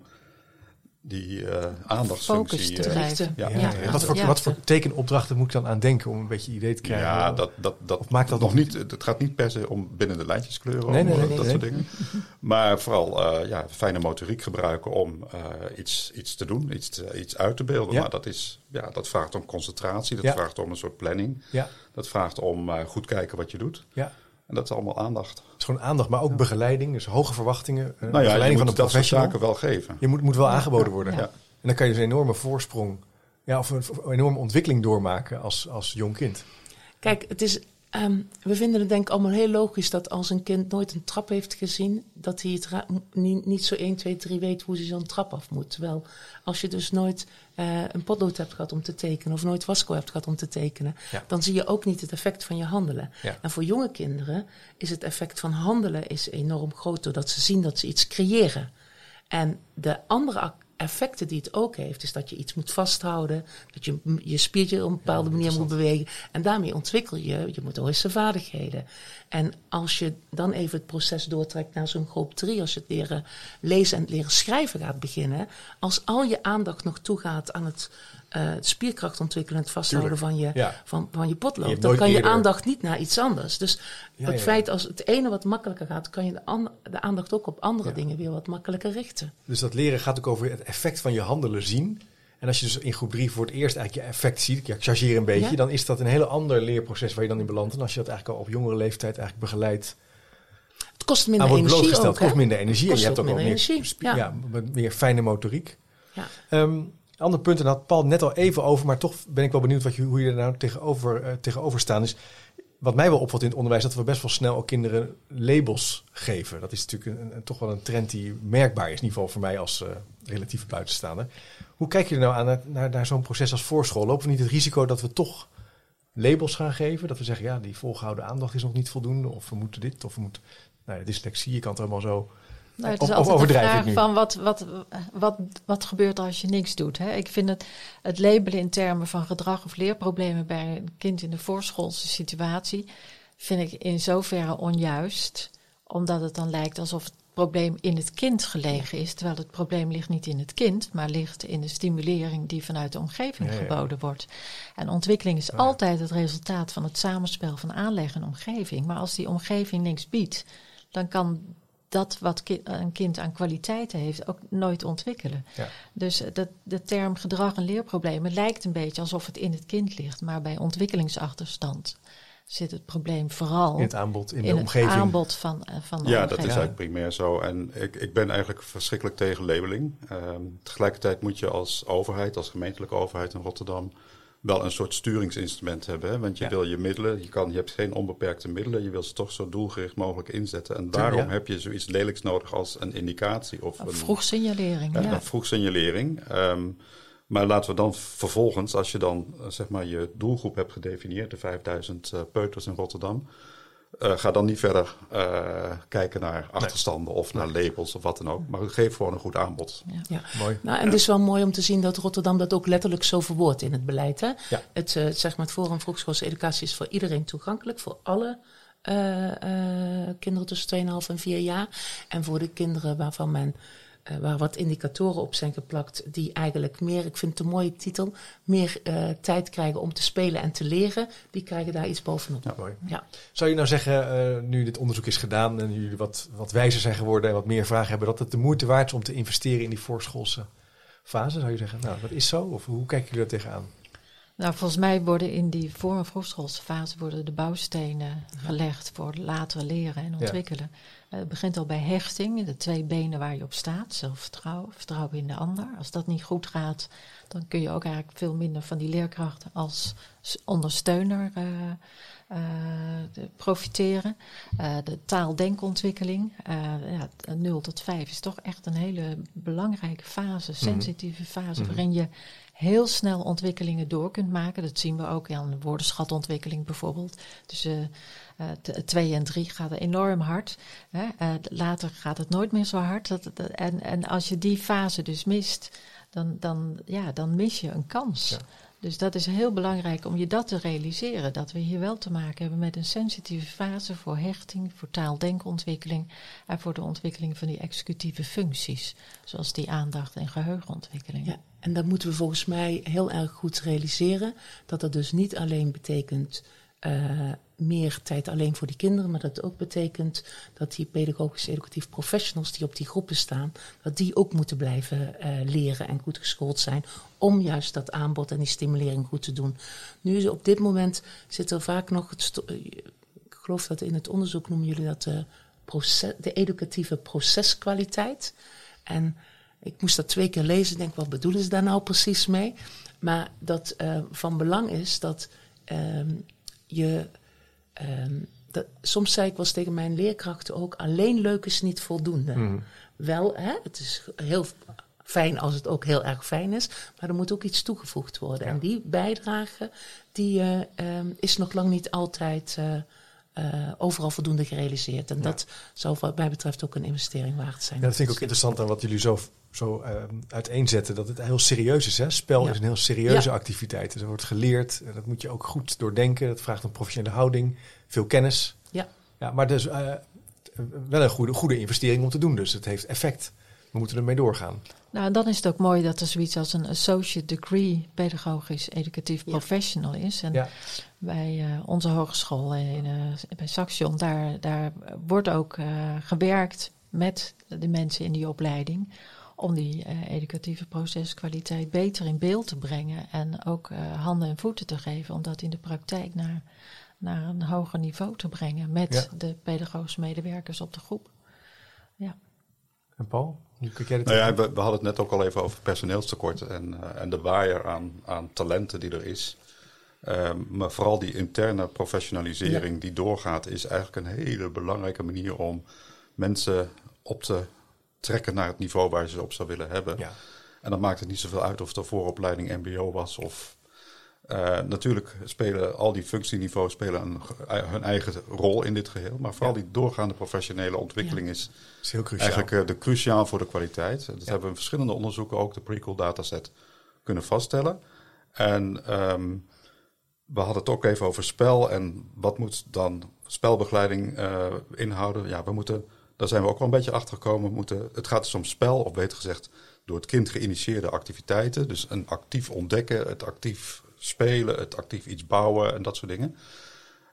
Speaker 2: die uh, aandachtsfunctie...
Speaker 3: Focus te
Speaker 2: uh,
Speaker 3: krijgen.
Speaker 2: Ja.
Speaker 1: Ja,
Speaker 3: Ja.
Speaker 1: ja. Wat, voor,
Speaker 3: Ja.
Speaker 1: wat voor tekenopdrachten moet ik dan aan denken om een beetje idee te krijgen?
Speaker 2: Ja, dat, dat, dat,
Speaker 1: Of maakt dat
Speaker 2: nog
Speaker 1: nog-
Speaker 2: niet. Het gaat niet per se om binnen de lijntjes kleuren,
Speaker 1: Nee,
Speaker 2: om,
Speaker 1: nee,
Speaker 2: uh,
Speaker 1: nee,
Speaker 2: dat
Speaker 1: nee,
Speaker 2: soort
Speaker 1: nee.
Speaker 2: dingen. Maar vooral uh, ja, fijne motoriek gebruiken om uh, iets, iets te doen, iets, te, iets uit te beelden.
Speaker 1: Ja.
Speaker 2: Maar dat, is, ja, dat vraagt om concentratie, dat
Speaker 1: Ja.
Speaker 2: vraagt om een soort planning.
Speaker 1: Ja,
Speaker 2: Dat vraagt om uh, goed kijken wat je doet.
Speaker 1: ja.
Speaker 2: En dat is allemaal aandacht.
Speaker 1: Het is gewoon aandacht, maar ook begeleiding. Dus hoge verwachtingen. Uh,
Speaker 2: Nou ja, je
Speaker 1: begeleiding
Speaker 2: moet
Speaker 1: van een
Speaker 2: dat soort
Speaker 1: professional.
Speaker 2: zaken wel geven.
Speaker 1: Je moet, moet wel aangeboden worden.
Speaker 3: Ja.
Speaker 1: En dan kan je dus een enorme voorsprong, ja, of een, een enorme ontwikkeling doormaken als, als jong kind.
Speaker 4: Kijk, het is, um, we vinden het denk ik allemaal heel logisch dat als een kind nooit een trap heeft gezien, dat hij het ra- niet, niet zo één, twee, drie weet hoe hij zo'n trap af moet. Terwijl als je dus nooit uh, een potlood hebt gehad om te tekenen of nooit wasco hebt gehad om te tekenen,
Speaker 1: Ja.
Speaker 4: dan zie je ook niet het effect van je handelen.
Speaker 1: Ja.
Speaker 4: En voor jonge kinderen is het effect van handelen is enorm groot doordat ze zien dat ze iets creëren. En de andere ac- effecten die het ook heeft, is dat je iets moet vasthouden, dat je m- je spiertje op een bepaalde
Speaker 1: Ja,
Speaker 4: manier moet
Speaker 1: interessant.
Speaker 4: bewegen. En daarmee ontwikkel je je motorische vaardigheden. En als je dan even het proces doortrekt naar zo'n groep drie, als je het leren lezen en het leren schrijven gaat beginnen, als al je aandacht nog toegaat aan het uh, spierkracht ontwikkelen en het vasthouden
Speaker 1: Tuurlijk.
Speaker 4: van je,
Speaker 1: Ja.
Speaker 4: van, van je
Speaker 1: Je
Speaker 4: potlood,
Speaker 1: hebt
Speaker 4: dan
Speaker 1: nooit
Speaker 4: kan je
Speaker 1: eerder-
Speaker 4: aandacht niet naar iets anders. Dus
Speaker 1: Ja,
Speaker 4: het
Speaker 1: ja,
Speaker 4: feit
Speaker 1: ja.
Speaker 4: als het ene wat makkelijker gaat, kan je de, an- de aandacht ook op andere
Speaker 1: Ja.
Speaker 4: dingen weer wat makkelijker richten.
Speaker 1: Dus dat leren gaat ook over het effect van je handelen zien. En als je dus in groep drie voor het eerst eigenlijk je effect ziet, ja, ik chargeer een beetje,
Speaker 4: Ja.
Speaker 1: dan is dat een heel ander leerproces waar je dan in belandt. En als je dat eigenlijk al op jongere leeftijd eigenlijk begeleidt,
Speaker 4: Het kost
Speaker 1: aan
Speaker 4: minder
Speaker 1: wordt
Speaker 4: energie
Speaker 1: blootgesteld,
Speaker 4: ook,
Speaker 1: kost
Speaker 4: hè?
Speaker 1: minder energie. En
Speaker 4: Kost
Speaker 1: je hebt ook
Speaker 4: ook
Speaker 1: al meer,
Speaker 4: minder energie,
Speaker 1: spi- ja.
Speaker 4: ja.
Speaker 1: wat meer fijne motoriek.
Speaker 4: Ja.
Speaker 1: Um, ander punt, en daar had Paul net al even over, maar toch ben ik wel benieuwd wat je, hoe je er nou tegenover, uh, tegenover staan is. Wat mij wel opvalt in het onderwijs, dat we best wel snel ook kinderen labels geven. Dat is natuurlijk een, een, toch wel een trend die merkbaar is, in ieder geval voor mij als uh, relatieve buitenstaander. Hoe kijk je er nou aan naar, naar, naar zo'n proces als voorschool? Lopen we niet het risico dat we toch labels gaan geven? Dat we zeggen, ja, die volgehouden aandacht is nog niet voldoende, of we moeten dit, of we moeten... Nou ja, dyslexie, je kan het allemaal zo...
Speaker 3: Nou, het
Speaker 1: Of-
Speaker 3: is
Speaker 1: of
Speaker 3: altijd
Speaker 1: overdrijf
Speaker 3: de
Speaker 1: ik
Speaker 3: vraag
Speaker 1: nu?
Speaker 3: van wat, wat, wat, wat gebeurt er als je niks doet. Hè? Ik vind het, het labelen in termen van gedrag of leerproblemen bij een kind in de voorschoolse situatie, vind ik in zoverre onjuist. Omdat het dan lijkt alsof het probleem in het kind gelegen is. Terwijl het probleem ligt niet in het kind, maar ligt in de stimulering die vanuit de omgeving
Speaker 1: Ja, ja.
Speaker 3: geboden wordt. En ontwikkeling is
Speaker 1: Ja.
Speaker 3: altijd het resultaat van het samenspel van aanleg en omgeving. Maar als die omgeving niks biedt, dan kan dat wat ki- een kind aan kwaliteiten heeft ook nooit ontwikkelen.
Speaker 1: Ja.
Speaker 3: Dus de, de term gedrag en leerproblemen lijkt een beetje alsof het in het kind ligt. Maar bij ontwikkelingsachterstand zit het probleem vooral
Speaker 1: In het aanbod, in,
Speaker 3: in
Speaker 1: de
Speaker 3: het
Speaker 1: omgeving.
Speaker 3: aanbod van, uh, van de
Speaker 2: Ja,
Speaker 3: omgeving.
Speaker 2: dat is eigenlijk primair zo. En ik, ik ben eigenlijk verschrikkelijk tegen labeling. Um, tegelijkertijd moet je als overheid, als gemeentelijke overheid in Rotterdam, wel een soort sturingsinstrument hebben. Hè? Want je
Speaker 1: Ja.
Speaker 2: wil je middelen, je, kan, je hebt geen onbeperkte middelen, je wil ze toch zo doelgericht mogelijk inzetten. En daarom
Speaker 1: Ja.
Speaker 2: heb je zoiets lelijks nodig als een indicatie. Of een
Speaker 3: Vroegsignalering,
Speaker 2: Ja,
Speaker 3: ja.
Speaker 2: een vroegsignalering. Um, maar laten we dan vervolgens, als je dan uh, zeg maar je doelgroep hebt gedefinieerd, de vijfduizend uh, peuters in Rotterdam, uh, ga dan niet verder uh, kijken naar achterstanden of naar labels of wat dan ook. Maar geef gewoon een goed aanbod.
Speaker 3: Ja.
Speaker 4: Ja.
Speaker 1: Mooi.
Speaker 4: Nou, en het is wel mooi om te zien dat Rotterdam dat ook letterlijk zo verwoordt in het beleid. Hè?
Speaker 1: Ja.
Speaker 4: Het, uh, zeg maar het Forum Vroegschoolse Educatie is voor iedereen toegankelijk, voor alle uh, uh, kinderen tussen twee komma vijf en vier jaar. En voor de kinderen waarvan men Uh, waar wat indicatoren op zijn geplakt die eigenlijk meer, ik vind het een mooie titel, meer uh, tijd krijgen om te spelen en te leren, die krijgen daar iets bovenop.
Speaker 1: Ja, mooi.
Speaker 4: Ja.
Speaker 1: Zou je nou zeggen, uh, nu dit onderzoek is gedaan en jullie wat, wat wijzer zijn geworden en wat meer vragen hebben, dat het de moeite waard is om te investeren in die voorschoolse fase? Zou je zeggen, nou, dat is zo? Of hoe kijken jullie daar tegenaan?
Speaker 3: Nou, volgens mij worden in die voor- en vroegschoolse fase worden de bouwstenen gelegd voor later leren en ontwikkelen. Ja. Het begint al bij hechting, de twee benen waar je op staat, zelfvertrouwen, vertrouwen in de ander. Als dat niet goed gaat, dan kun je ook eigenlijk veel minder van die leerkracht als ondersteuner uh, uh, de, profiteren. Uh, de taaldenkontwikkeling, uh, ja, nul tot vijf is toch echt een hele belangrijke fase, sensitieve fase, mm-hmm. waarin je heel snel ontwikkelingen door kunt maken. Dat zien we ook aan de woordenschatontwikkeling bijvoorbeeld. Tussen uh, twee en drie gaat het enorm hard. Hè? Uh, later gaat het nooit meer zo hard. Dat, dat, en, en als je die fase dus mist, dan, dan, ja, dan mis je een kans. Ja. Dus dat is heel belangrijk om je dat te realiseren. Dat we hier wel te maken hebben met een sensitieve fase voor hechting, voor taaldenkontwikkeling en voor de ontwikkeling van die executieve functies. Zoals die aandacht en geheugenontwikkeling.
Speaker 4: Ja, en dat moeten we volgens mij heel erg goed realiseren. Dat dat dus niet alleen betekent uh, meer tijd alleen voor die kinderen, maar dat het ook betekent dat die pedagogische educatieve professionals die op die groepen staan, dat die ook moeten blijven uh, leren en goed geschoold zijn om juist dat aanbod en die stimulering goed te doen. Nu op dit moment zit er vaak nog, het sto- ik geloof dat in het onderzoek noemen jullie dat de, proces, de educatieve proceskwaliteit. En ik moest dat twee keer lezen, ik denk, wat bedoelen ze daar nou precies mee? Maar dat uh, van belang is dat um, je... Um, dat, soms zei ik wel eens tegen mijn leerkrachten ook, alleen leuk is niet voldoende. Mm. Wel, hè, het is heel fijn als het ook heel erg fijn is, maar er moet ook iets toegevoegd worden. Ja. En die bijdrage, die uh, um, is nog lang niet altijd uh, uh, overal voldoende gerealiseerd. En ja. dat zou wat mij betreft ook een investering waard zijn.
Speaker 1: Ja, dat vind ik ook interessant aan wat jullie zo, zo uh, uiteenzetten, dat het heel serieus is. Hè? Spel ja. is een heel serieuze ja. activiteit. Dus er wordt geleerd, dat moet je ook goed doordenken. Dat vraagt een professionele houding, veel kennis.
Speaker 4: Ja.
Speaker 1: Ja, maar dus uh, wel een goede, goede investering om te doen. Dus het heeft effect. We moeten ermee doorgaan.
Speaker 3: Nou, en dan is het ook mooi dat er zoiets als een associate degree pedagogisch educatief ja. professional is. En ja. bij uh, onze hogeschool in, uh, bij Saxion, daar, daar wordt ook uh, gewerkt met de mensen in die opleiding om die uh, educatieve proceskwaliteit beter in beeld te brengen en ook uh, handen en voeten te geven om dat in de praktijk naar, naar een hoger niveau te brengen met ja. de pedagogische medewerkers op de groep. Ja.
Speaker 1: En Paul? Hoe kijk jij dit
Speaker 2: nou ja, we, we hadden het net ook al even over personeelstekort en, uh, en de waaier aan, aan talenten die er is. Um, maar vooral die interne professionalisering ja. die doorgaat, is eigenlijk een hele belangrijke manier om mensen op te trekken naar het niveau waar je ze op zou willen hebben. Ja. En dan maakt het niet zoveel uit of het een vooropleiding M B O was of... Uh, natuurlijk spelen al die functieniveaus spelen een, hun eigen rol in dit geheel. Maar vooral ja. die doorgaande professionele ontwikkeling ja. is,
Speaker 1: is heel cruciaal.
Speaker 2: eigenlijk uh, de cruciaal voor de kwaliteit. Dat ja. hebben we in verschillende onderzoeken, ook de Prequel dataset, kunnen vaststellen. En um, we hadden het ook even over spel. En wat moet dan spelbegeleiding uh, inhouden? Ja, we moeten, daar zijn we ook wel een beetje achter gekomen. We moeten, het gaat dus om spel, of beter gezegd, door het kind geïnitieerde activiteiten. Dus een actief ontdekken, het actief spelen, het actief iets bouwen en dat soort dingen.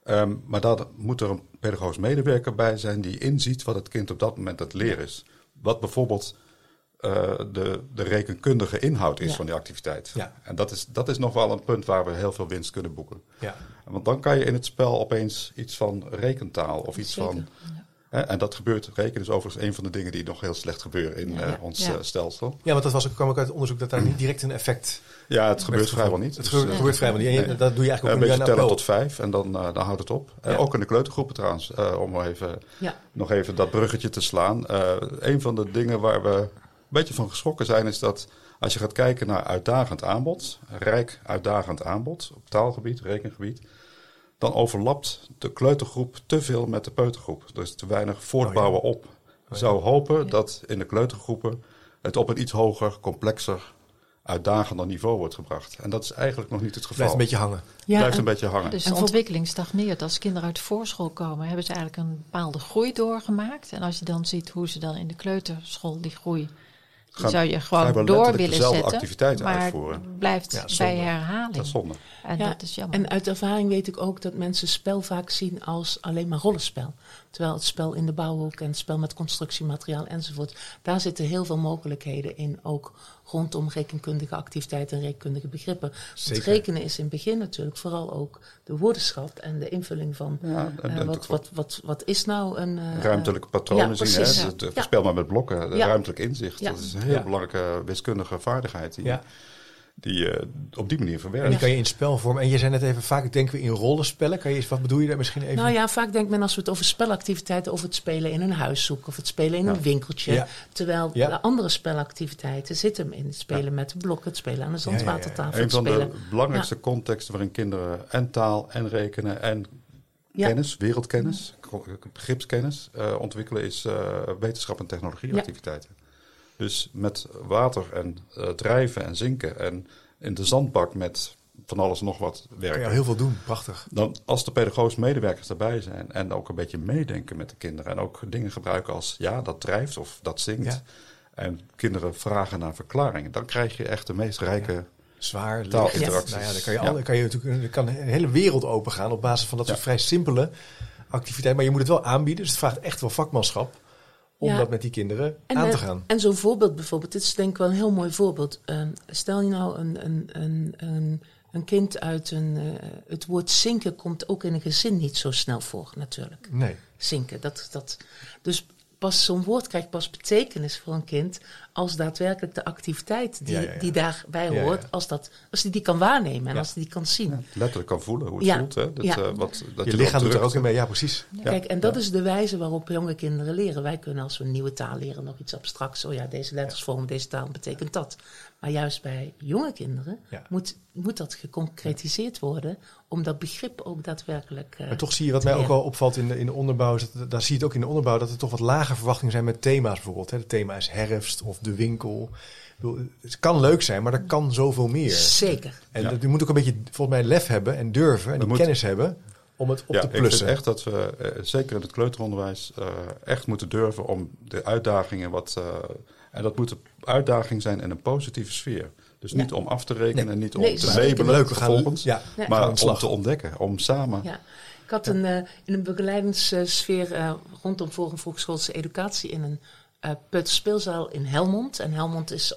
Speaker 2: Um, maar daar moet er een pedagogisch medewerker bij zijn die inziet wat het kind op dat moment aan het leren is. Wat bijvoorbeeld uh, de, de rekenkundige inhoud is
Speaker 1: ja.
Speaker 2: van die activiteit.
Speaker 1: Ja.
Speaker 2: En dat is, dat is nog wel een punt waar we heel veel winst kunnen boeken.
Speaker 1: Ja.
Speaker 2: Want dan kan je in het spel opeens iets van rekentaal of iets
Speaker 4: Zeker.
Speaker 2: van... Hè, en dat gebeurt, rekenen is overigens een van de dingen die nog heel slecht gebeuren in
Speaker 3: Ja.
Speaker 2: uh, ons
Speaker 3: Ja.
Speaker 2: uh, stelsel.
Speaker 1: Ja, want dat was ook, kwam ook uit het onderzoek dat daar niet direct een effect...
Speaker 2: Ja, het gebeurt
Speaker 1: werd
Speaker 2: vrijwel
Speaker 1: gevonden.
Speaker 2: niet.
Speaker 1: Het
Speaker 2: Dus,
Speaker 1: gebeurt,
Speaker 2: uh,
Speaker 1: gebeurt vrijwel niet. En je-
Speaker 2: nee.
Speaker 1: dat doe je eigenlijk
Speaker 2: Een
Speaker 1: ook
Speaker 2: beetje
Speaker 1: een
Speaker 2: tellen
Speaker 1: appel.
Speaker 2: tot vijf en dan, uh, dan houdt het op. Uh,
Speaker 1: Ja.
Speaker 2: ook in de kleutergroepen trouwens, uh, om even,
Speaker 4: Ja.
Speaker 2: nog even dat bruggetje te slaan. Uh, een van de dingen waar we een beetje van geschrokken zijn is dat als je gaat kijken naar uitdagend aanbod, rijk uitdagend aanbod op taalgebied, rekengebied, dan overlapt de kleutergroep te veel met de peutergroep. Er is te weinig voortbouwen
Speaker 1: Oh ja.
Speaker 2: op. Je zou hopen dat in de kleutergroepen het op een iets hoger, complexer, uitdagender niveau wordt gebracht. En dat is eigenlijk nog niet het geval.
Speaker 1: Blijft een beetje hangen.
Speaker 4: Ja,
Speaker 2: Blijft
Speaker 4: en-
Speaker 2: een beetje hangen.
Speaker 3: Dus
Speaker 4: En
Speaker 3: de
Speaker 4: voor-
Speaker 3: ontwikkeling stagneert. Als kinderen uit voorschool komen, hebben ze eigenlijk een bepaalde groei doorgemaakt. En als je dan ziet hoe ze dan in de kleuterschool die groei, die
Speaker 2: Gaan
Speaker 3: zou je
Speaker 2: vrijwel
Speaker 3: gewoon door
Speaker 2: letterlijk
Speaker 3: willen
Speaker 2: dezelfde
Speaker 3: zetten.
Speaker 2: activiteiten
Speaker 3: maar
Speaker 2: uitvoeren.
Speaker 3: het blijft
Speaker 1: Ja, zonde.
Speaker 3: bij herhaling.
Speaker 2: Dat is zonde.
Speaker 3: En
Speaker 4: Ja,
Speaker 3: dat is jammer.
Speaker 4: En uit ervaring weet ik ook dat mensen spel vaak zien als alleen maar rollenspel. Terwijl het spel in de bouwhoek en het spel met constructiemateriaal enzovoort, daar zitten heel veel mogelijkheden in, ook rondom rekenkundige activiteiten en rekenkundige begrippen.
Speaker 1: Zeker.
Speaker 4: Want rekenen is in het begin natuurlijk vooral ook de woordenschat en de invulling van
Speaker 2: Ja, en,
Speaker 4: eh,
Speaker 2: en
Speaker 4: wat, wat, wat, wat is nou een... eh,
Speaker 2: ruimtelijke patronen
Speaker 4: ja,
Speaker 2: zien.
Speaker 4: precies,
Speaker 2: Hè?
Speaker 4: ja.
Speaker 2: Het, het
Speaker 4: Ja.
Speaker 2: spel maar met blokken, de
Speaker 4: Ja.
Speaker 2: ruimtelijk inzicht.
Speaker 4: Ja.
Speaker 2: Dat is een heel
Speaker 1: Ja.
Speaker 2: belangrijke wiskundige vaardigheid die,
Speaker 1: Ja.
Speaker 2: die je op die manier
Speaker 1: En
Speaker 2: verwerkt.
Speaker 1: die kan je in spelvorm. En je zei net even, vaak denken we in rollenspellen. Kan je, eens- wat bedoel je daar misschien even?
Speaker 4: Nou ja, vaak denkt men als we het over spelactiviteiten, over het spelen in een huis zoeken of het spelen in
Speaker 2: Ja.
Speaker 4: een winkeltje.
Speaker 1: Ja.
Speaker 4: Terwijl
Speaker 1: Ja.
Speaker 4: de andere spelactiviteiten zitten hem in het spelen met blokken, het spelen aan de
Speaker 1: ja, ja.
Speaker 4: zandwatertafel,
Speaker 2: Een
Speaker 4: het
Speaker 2: van
Speaker 4: spelen.
Speaker 2: de belangrijkste contexten waarin kinderen en taal en rekenen en
Speaker 4: Ja.
Speaker 2: kennis, wereldkennis, begripskennis uh, ontwikkelen is uh, wetenschap en technologieactiviteiten. Dus met water en uh, drijven en zinken en in de zandbak met van alles nog wat
Speaker 1: Kan
Speaker 2: werken.
Speaker 1: je heel veel doen. Prachtig.
Speaker 2: Dan, als de pedagogische medewerkers erbij zijn en ook een beetje meedenken met de kinderen en ook dingen gebruiken als ja, dat drijft of dat zingt.
Speaker 1: Ja.
Speaker 2: En kinderen vragen naar verklaringen, dan krijg je echt de meest rijke...
Speaker 1: Ja. Zwaar,
Speaker 2: Taalinteracties.
Speaker 1: licht. Nou ja, dan kan je,
Speaker 2: Ja.
Speaker 1: al, dan kan je natuurlijk dan kan een hele wereld opengaan op basis van dat soort
Speaker 2: Ja.
Speaker 1: vrij simpele activiteiten. Maar je moet het wel aanbieden. Dus het vraagt echt wel vakmanschap om
Speaker 4: Ja.
Speaker 1: dat met die kinderen
Speaker 4: En,
Speaker 1: aan
Speaker 4: eh,
Speaker 1: te gaan.
Speaker 4: En zo'n voorbeeld bijvoorbeeld, dit is denk ik wel een heel mooi voorbeeld. Um, stel je nou een, een, een, een, een kind uit een... Uh, het woord zinken komt ook in een gezin niet zo snel voor natuurlijk.
Speaker 1: Nee.
Speaker 4: Zinken, dat, dat, dus pas zo'n woord krijgt pas betekenis voor een kind als daadwerkelijk de activiteit die,
Speaker 1: Ja, ja, ja.
Speaker 4: die daarbij
Speaker 1: Ja,
Speaker 4: hoort,
Speaker 1: ja.
Speaker 4: als, dat, als die die kan waarnemen en
Speaker 1: Ja.
Speaker 4: als die die kan zien.
Speaker 2: Ja, letterlijk kan voelen hoe het
Speaker 4: Ja.
Speaker 2: voelt. Hè? Dat,
Speaker 4: Ja.
Speaker 2: uh, wat, dat
Speaker 1: Je
Speaker 2: je
Speaker 1: lichaam
Speaker 2: erop
Speaker 1: doet er ook
Speaker 2: drukt.
Speaker 1: in mee. Ja, precies.
Speaker 2: Ja.
Speaker 4: Kijk, en dat is de wijze waarop jonge kinderen leren. Wij kunnen als we een nieuwe taal leren nog iets abstracts. Oh ja, deze letters vormen deze taal, betekent dat. Maar juist bij jonge kinderen
Speaker 1: Ja.
Speaker 4: moet, moet dat geconcretiseerd worden om dat begrip ook daadwerkelijk uh,
Speaker 1: Maar toch zie je, wat mij ook wel opvalt in de, in de onderbouw, is dat, daar zie je het ook in de onderbouw, dat er toch wat lage verwachtingen zijn met thema's bijvoorbeeld. Hè. Het thema is herfst of de winkel. Ik bedoel, het kan leuk zijn, maar er kan zoveel meer.
Speaker 4: Zeker.
Speaker 1: En
Speaker 2: Ja.
Speaker 1: dat, je moet ook een beetje, volgens mij, lef hebben en durven en
Speaker 2: We
Speaker 1: die
Speaker 2: moeten-
Speaker 1: kennis hebben om het op
Speaker 2: Ja,
Speaker 1: te
Speaker 2: ik vind
Speaker 1: plussen.
Speaker 2: echt dat we, eh, zeker in het kleuteronderwijs, eh, echt moeten durven om de uitdagingen wat... eh, en dat moet een uitdaging zijn in een positieve sfeer. Dus
Speaker 4: Ja.
Speaker 2: niet om af te rekenen,
Speaker 1: Nee.
Speaker 2: niet om
Speaker 4: Nee,
Speaker 2: te
Speaker 4: zeker
Speaker 2: labelen
Speaker 1: Leuk, we gaan
Speaker 2: vervolgens,
Speaker 1: ja,
Speaker 4: Nee.
Speaker 1: gaan
Speaker 2: maar
Speaker 1: aan de
Speaker 2: om
Speaker 1: slag.
Speaker 2: te ontdekken, om samen...
Speaker 4: Ja. Ik had een, uh, in een begeleidingssfeer uh, rondom voor- en vroegschoolse educatie in een uh, peuterspeelzaal in Helmond. En Helmond is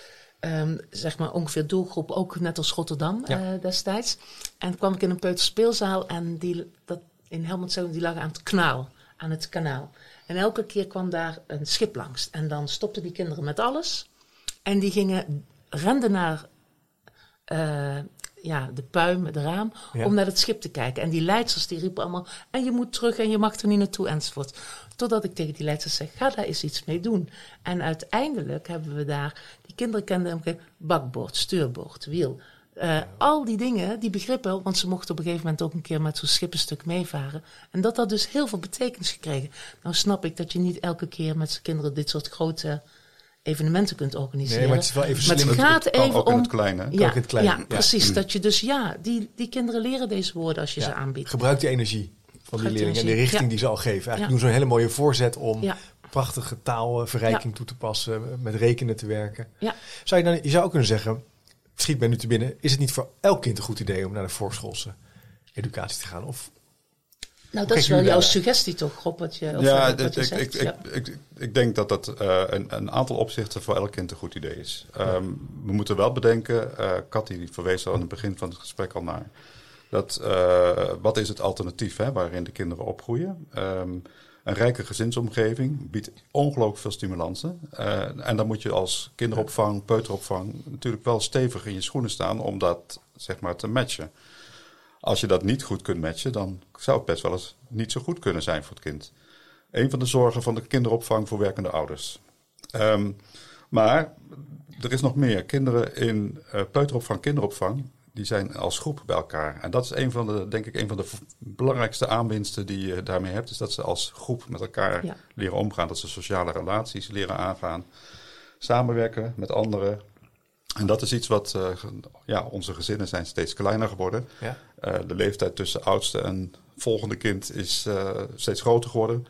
Speaker 4: um, zeg maar ongeveer doelgroep ook net als Rotterdam
Speaker 1: Ja.
Speaker 4: uh, destijds. En toen kwam ik in een peuterspeelzaal en die, dat, in Helmond zijn die lagen aan het kanaal, aan het kanaal. En elke keer kwam daar een schip langs. En dan stopten die kinderen met alles. En die gingen, renden naar uh, ja, de puim, het raam,
Speaker 1: Ja.
Speaker 4: om naar het schip te kijken. En die leidsters die riepen allemaal, en je moet terug en je mag er niet naartoe, enzovoort. Totdat ik tegen die leidsters zeg, ga daar eens iets mee doen. En uiteindelijk hebben we daar, die kinderen kenden hem, bakboord, stuurboord, wiel. Uh, al die dingen, die begrippen, want ze mochten op een gegeven moment ook een keer met zo'n schippenstuk meevaren. En dat had dus heel veel betekenis gekregen. Nou snap ik dat je niet elke keer met z'n kinderen dit soort grote evenementen kunt organiseren.
Speaker 1: Nee, maar het is wel even
Speaker 4: Maar
Speaker 1: slim.
Speaker 4: het gaat
Speaker 2: kan
Speaker 4: even
Speaker 2: ook in
Speaker 4: om...
Speaker 2: het klein, hè?
Speaker 4: Ja,
Speaker 1: ook in het klein,
Speaker 4: ja,
Speaker 1: ja.
Speaker 4: precies. Dat je dus, ja, die, die kinderen leren deze woorden als je
Speaker 1: Ja,
Speaker 4: ze aanbiedt.
Speaker 1: Gebruik die energie van die
Speaker 4: Gebruik die
Speaker 1: leerlingen en de
Speaker 4: energie,
Speaker 1: richting
Speaker 4: ja.
Speaker 1: die ze al geven. Eigenlijk
Speaker 4: Ja.
Speaker 1: doen ze een hele mooie voorzet om
Speaker 4: Ja.
Speaker 1: prachtige taalverrijking toe te passen, met rekenen te werken.
Speaker 4: Ja.
Speaker 1: Zou je, dan, je zou ook kunnen zeggen, schiet mij nu te binnen, is het niet voor elk kind een goed idee om naar de voorschoolse educatie te gaan? Of
Speaker 4: Nou, dat is wel jouw suggestie toch, Rob? Wat je, of
Speaker 2: ja,
Speaker 4: wat
Speaker 2: dit,
Speaker 4: je
Speaker 2: ik,
Speaker 4: zegt?
Speaker 2: ik,
Speaker 4: ja.
Speaker 2: ik, ik, ik denk dat dat uh, een, een aantal opzichten voor elk kind een goed idee is. Um, we moeten wel bedenken, uh, Cathy die verwees al aan het begin van het gesprek al naar, dat uh, wat is het alternatief hè, waarin de kinderen opgroeien? Um, een rijke gezinsomgeving biedt ongelooflijk veel stimulansen. Uh, en dan moet je als kinderopvang, peuteropvang natuurlijk wel stevig in je schoenen staan om dat zeg maar te matchen. Als je dat niet goed kunt matchen, dan zou het best wel eens niet zo goed kunnen zijn voor het kind. Een van de zorgen van de kinderopvang voor werkende ouders. Um, maar er is nog meer. Kinderen in uh, peuteropvang, kinderopvang, die zijn als groep bij elkaar. En dat is een van de, denk ik, een van de belangrijkste aanwinsten die je daarmee hebt. Is dat ze als groep met elkaar ja. leren omgaan. Dat ze sociale relaties leren aangaan. Samenwerken met anderen. En dat is iets wat, uh, ja, onze gezinnen zijn steeds kleiner geworden. Ja. Uh, de leeftijd tussen oudste en volgende kind is uh, steeds groter geworden.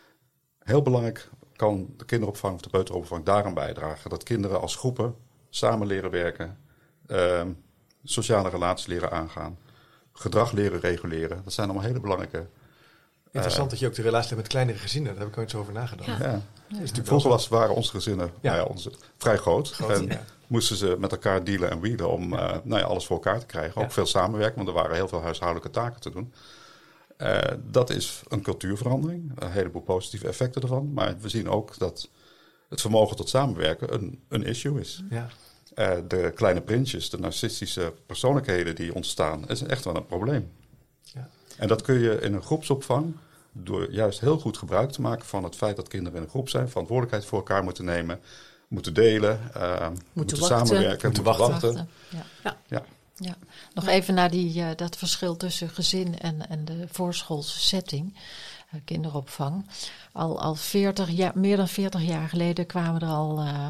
Speaker 2: Heel belangrijk kan de kinderopvang of de peuteropvang daaraan bijdragen. Dat kinderen als groepen samen leren werken. Uh, sociale relaties leren aangaan. Gedrag leren reguleren. Dat zijn allemaal hele belangrijke...
Speaker 1: Interessant uh, dat je ook de relatie hebt met kleinere gezinnen. Daar heb ik ooit eens over nagedacht. Ja.
Speaker 2: Ja. Ja. Vroeger was, waren onze gezinnen ja. Nou ja, onze, vrij groot.
Speaker 1: groot
Speaker 2: en
Speaker 1: ja.
Speaker 2: moesten ze met elkaar dealen en wielen om ja. uh, nou ja, alles voor elkaar te krijgen. Ook ja. veel samenwerken, want er waren heel veel huishoudelijke taken te doen. Uh, dat is een cultuurverandering. Een heleboel positieve effecten ervan. Maar we zien ook dat het vermogen tot samenwerken een, een issue is. Ja. Uh, de kleine prinsjes, de narcistische persoonlijkheden die ontstaan, is echt wel een probleem. Ja. En dat kun je in een groepsopvang door juist heel goed gebruik te maken van het feit dat kinderen in een groep zijn, verantwoordelijkheid voor elkaar moeten nemen, moeten delen, uh, moeten, moeten samenwerken,
Speaker 1: moeten,
Speaker 2: moeten
Speaker 1: wachten.
Speaker 2: wachten.
Speaker 3: Ja.
Speaker 2: Ja. Ja.
Speaker 3: Ja. Nog even naar die, uh, dat verschil tussen gezin en, en de voorschoolse setting, uh, kinderopvang. Al, al veertig jaar, meer dan veertig jaar geleden kwamen er al uh,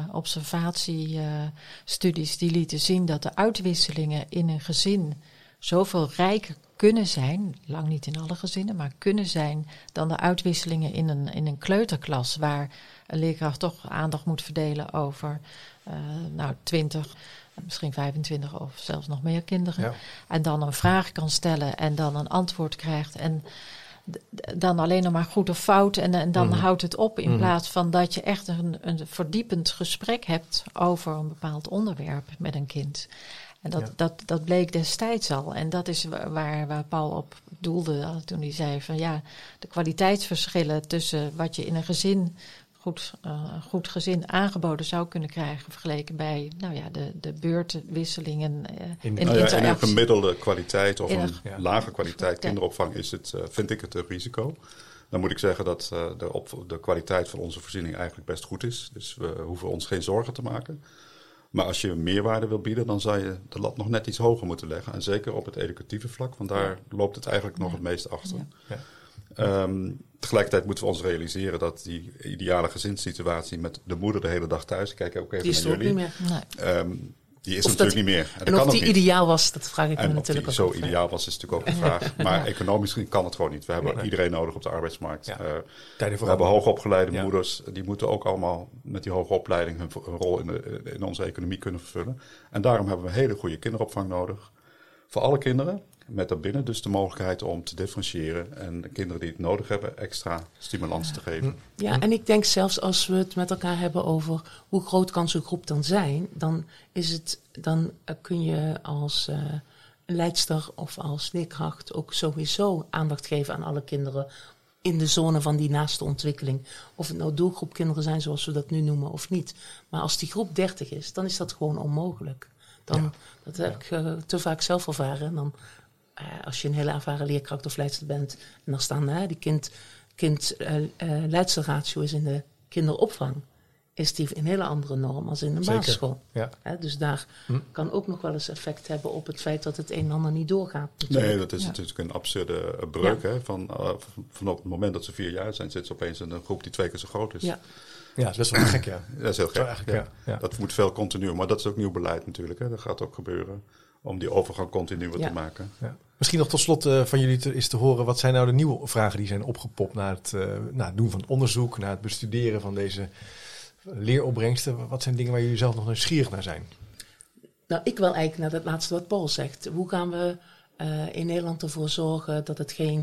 Speaker 3: observatiestudies uh, die lieten zien dat de uitwisselingen in een gezin zoveel rijker kunnen zijn, lang niet in alle gezinnen, maar kunnen zijn dan de uitwisselingen in een, in een kleuterklas, waar een leerkracht toch aandacht moet verdelen over uh, nou, twintig, misschien vijfentwintig of zelfs nog meer kinderen. Ja. En dan een vraag kan stellen en dan een antwoord krijgt en d- dan alleen nog maar goed of fout en, en dan mm. houdt het op in mm. plaats van dat je echt een, een verdiepend gesprek hebt over een bepaald onderwerp met een kind. En dat, ja. dat, dat bleek destijds al. En dat is waar, waar Paul op doelde toen hij zei van ja, de kwaliteitsverschillen tussen wat je in een gezin, goed, uh, een goed gezin aangeboden zou kunnen krijgen, vergeleken bij nou ja, de, de beurtwisselingen uh,
Speaker 2: in,
Speaker 3: in,
Speaker 2: nou ja, in een gemiddelde kwaliteit of in een ja. lage kwaliteit
Speaker 3: ja.
Speaker 2: kinderopvang is het, uh, vind ik het een risico. Dan moet ik zeggen dat uh, de, op, de kwaliteit van onze voorziening eigenlijk best goed is. Dus we hoeven ons geen zorgen te maken. Maar als je meerwaarde wil bieden, dan zou je de lat nog net iets hoger moeten leggen. En zeker op het educatieve vlak, want daar ja. loopt het eigenlijk nog ja. het meest achter. Ja. Ja. Um, tegelijkertijd moeten we ons realiseren dat die ideale gezinssituatie met de moeder de hele dag thuis, kijk ook even
Speaker 4: die
Speaker 2: naar jullie.
Speaker 4: Die is ook niet meer. Nee.
Speaker 2: Um, die is of natuurlijk dat, niet meer. En,
Speaker 4: en
Speaker 2: dat
Speaker 4: of
Speaker 2: kan
Speaker 4: die
Speaker 2: ook
Speaker 4: ideaal was, dat vraag ik
Speaker 2: en
Speaker 4: me natuurlijk
Speaker 2: ook.
Speaker 4: ook.
Speaker 2: Of die zo ideaal was, is natuurlijk ook een vraag. Maar ja. economisch kan het gewoon niet. We hebben nee. iedereen nodig op de arbeidsmarkt. Ja. Uh, we hebben hoogopgeleide ja. moeders. Die moeten ook allemaal met die hoge opleiding hun, hun rol in, de, in onze economie kunnen vervullen. En daarom hebben we een hele goede kinderopvang nodig. Voor alle kinderen. Met daarbinnen dus de mogelijkheid om te differentiëren. En de kinderen die het nodig hebben, extra stimulans te geven.
Speaker 4: Ja, en ik denk zelfs als we het met elkaar hebben over hoe groot kan zo'n groep dan zijn. Dan, is het, dan kun je als uh, leidster of als leerkracht ook sowieso aandacht geven aan alle kinderen. In de zone van die naaste ontwikkeling. Of het nou doelgroep kinderen zijn zoals we dat nu noemen of niet. Maar als die groep dertig is, dan is dat gewoon onmogelijk. Dan, ja. Dat heb ik uh, te vaak zelf ervaren. Dan, uh, als je een hele ervaren leerkracht of leidster bent. En dan staan uh, die kind, kind uh, uh, leidsterratio is in de kinderopvang. Is die een hele andere norm als in een
Speaker 1: Zeker.
Speaker 4: basisschool.
Speaker 1: Ja.
Speaker 4: Uh, dus daar hm. kan ook nog wel eens effect hebben op het feit dat het een en ander niet doorgaat.
Speaker 2: Natuurlijk. Nee, dat is ja. natuurlijk een absurde breuk. Ja. Hè? Van, uh, vanaf het moment dat ze vier jaar zijn, zit ze opeens in een groep die twee keer zo groot is.
Speaker 4: Ja.
Speaker 1: Ja, dat is best wel gek, ja.
Speaker 2: Dat is heel gek.
Speaker 1: Is
Speaker 2: ja. Ja. Ja. Dat moet veel continu, maar dat is ook nieuw beleid natuurlijk. Hè. Dat gaat ook gebeuren om die overgang continuer ja. te maken.
Speaker 1: Ja. Misschien nog tot slot uh, van jullie te, is te horen, wat zijn nou de nieuwe vragen die zijn opgepopt na het, uh, na het doen van onderzoek, na het bestuderen van deze leeropbrengsten? Wat zijn dingen waar jullie zelf nog nieuwsgierig naar zijn?
Speaker 4: Nou, ik wil eigenlijk naar dat laatste wat Paul zegt. Hoe gaan we uh, in Nederland ervoor zorgen dat het geen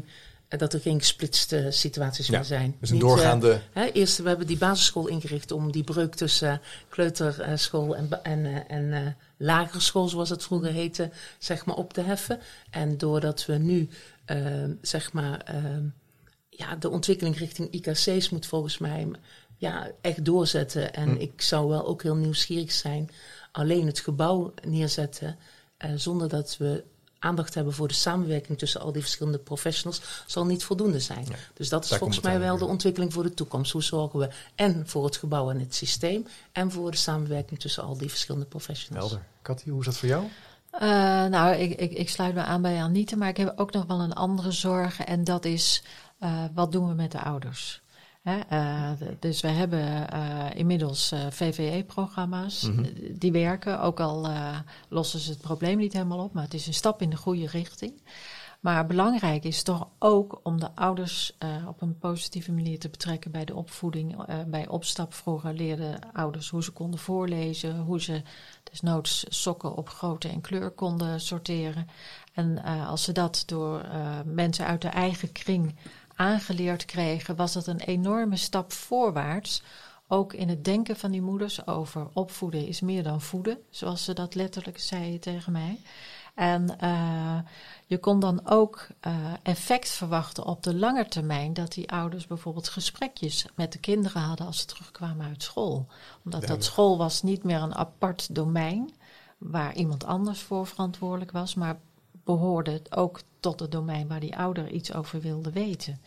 Speaker 4: dat er geen gesplitste situaties
Speaker 1: Ja,
Speaker 4: meer zijn.
Speaker 1: dus een
Speaker 4: Niet,
Speaker 1: doorgaande...
Speaker 4: Uh, hè, eerst, we hebben die basisschool ingericht om die breuk tussen uh, kleuterschool en, en, uh, en uh, lagere school, zoals het vroeger heette, zeg maar op te heffen. En doordat we nu, uh, zeg maar, uh, ja, de ontwikkeling richting I K C's moet volgens mij ja, echt doorzetten. En hm. ik zou wel ook heel nieuwsgierig zijn, alleen het gebouw neerzetten, uh, zonder dat we aandacht hebben voor de samenwerking tussen al die verschillende professionals, zal niet voldoende zijn. Ja, dus dat is volgens mij wel de ontwikkeling voor de toekomst. Hoe zorgen we en voor het gebouw en het systeem en voor de samenwerking tussen al die verschillende professionals.
Speaker 1: Helder. Katty, hoe is dat voor jou?
Speaker 3: Uh, nou, ik, ik, ik sluit me aan bij Anita, maar ik heb ook nog wel een andere zorg en dat is, uh, wat doen we met de ouders? He, uh, dus we hebben uh, inmiddels uh, V V E-programma's, mm-hmm. die werken. Ook al uh, lossen ze het probleem niet helemaal op, maar het is een stap in de goede richting. Maar belangrijk is toch ook om de ouders uh, op een positieve manier te betrekken bij de opvoeding. Uh, bij opstap vroeger leerden ouders hoe ze konden voorlezen, hoe ze desnoods sokken op grootte en kleur konden sorteren. En uh, als ze dat door uh, mensen uit de eigen kring aangeleerd kregen, was dat een enorme stap voorwaarts. Ook in het denken van die moeders over opvoeden is meer dan voeden, zoals ze dat letterlijk zeiden tegen mij. En uh, je kon dan ook uh, effect verwachten op de lange termijn, dat die ouders bijvoorbeeld gesprekjes met de kinderen hadden als ze terugkwamen uit school. Omdat dat school was niet meer een apart domein waar iemand anders voor verantwoordelijk was, maar behoorde het ook tot het domein waar die ouder iets over wilde weten.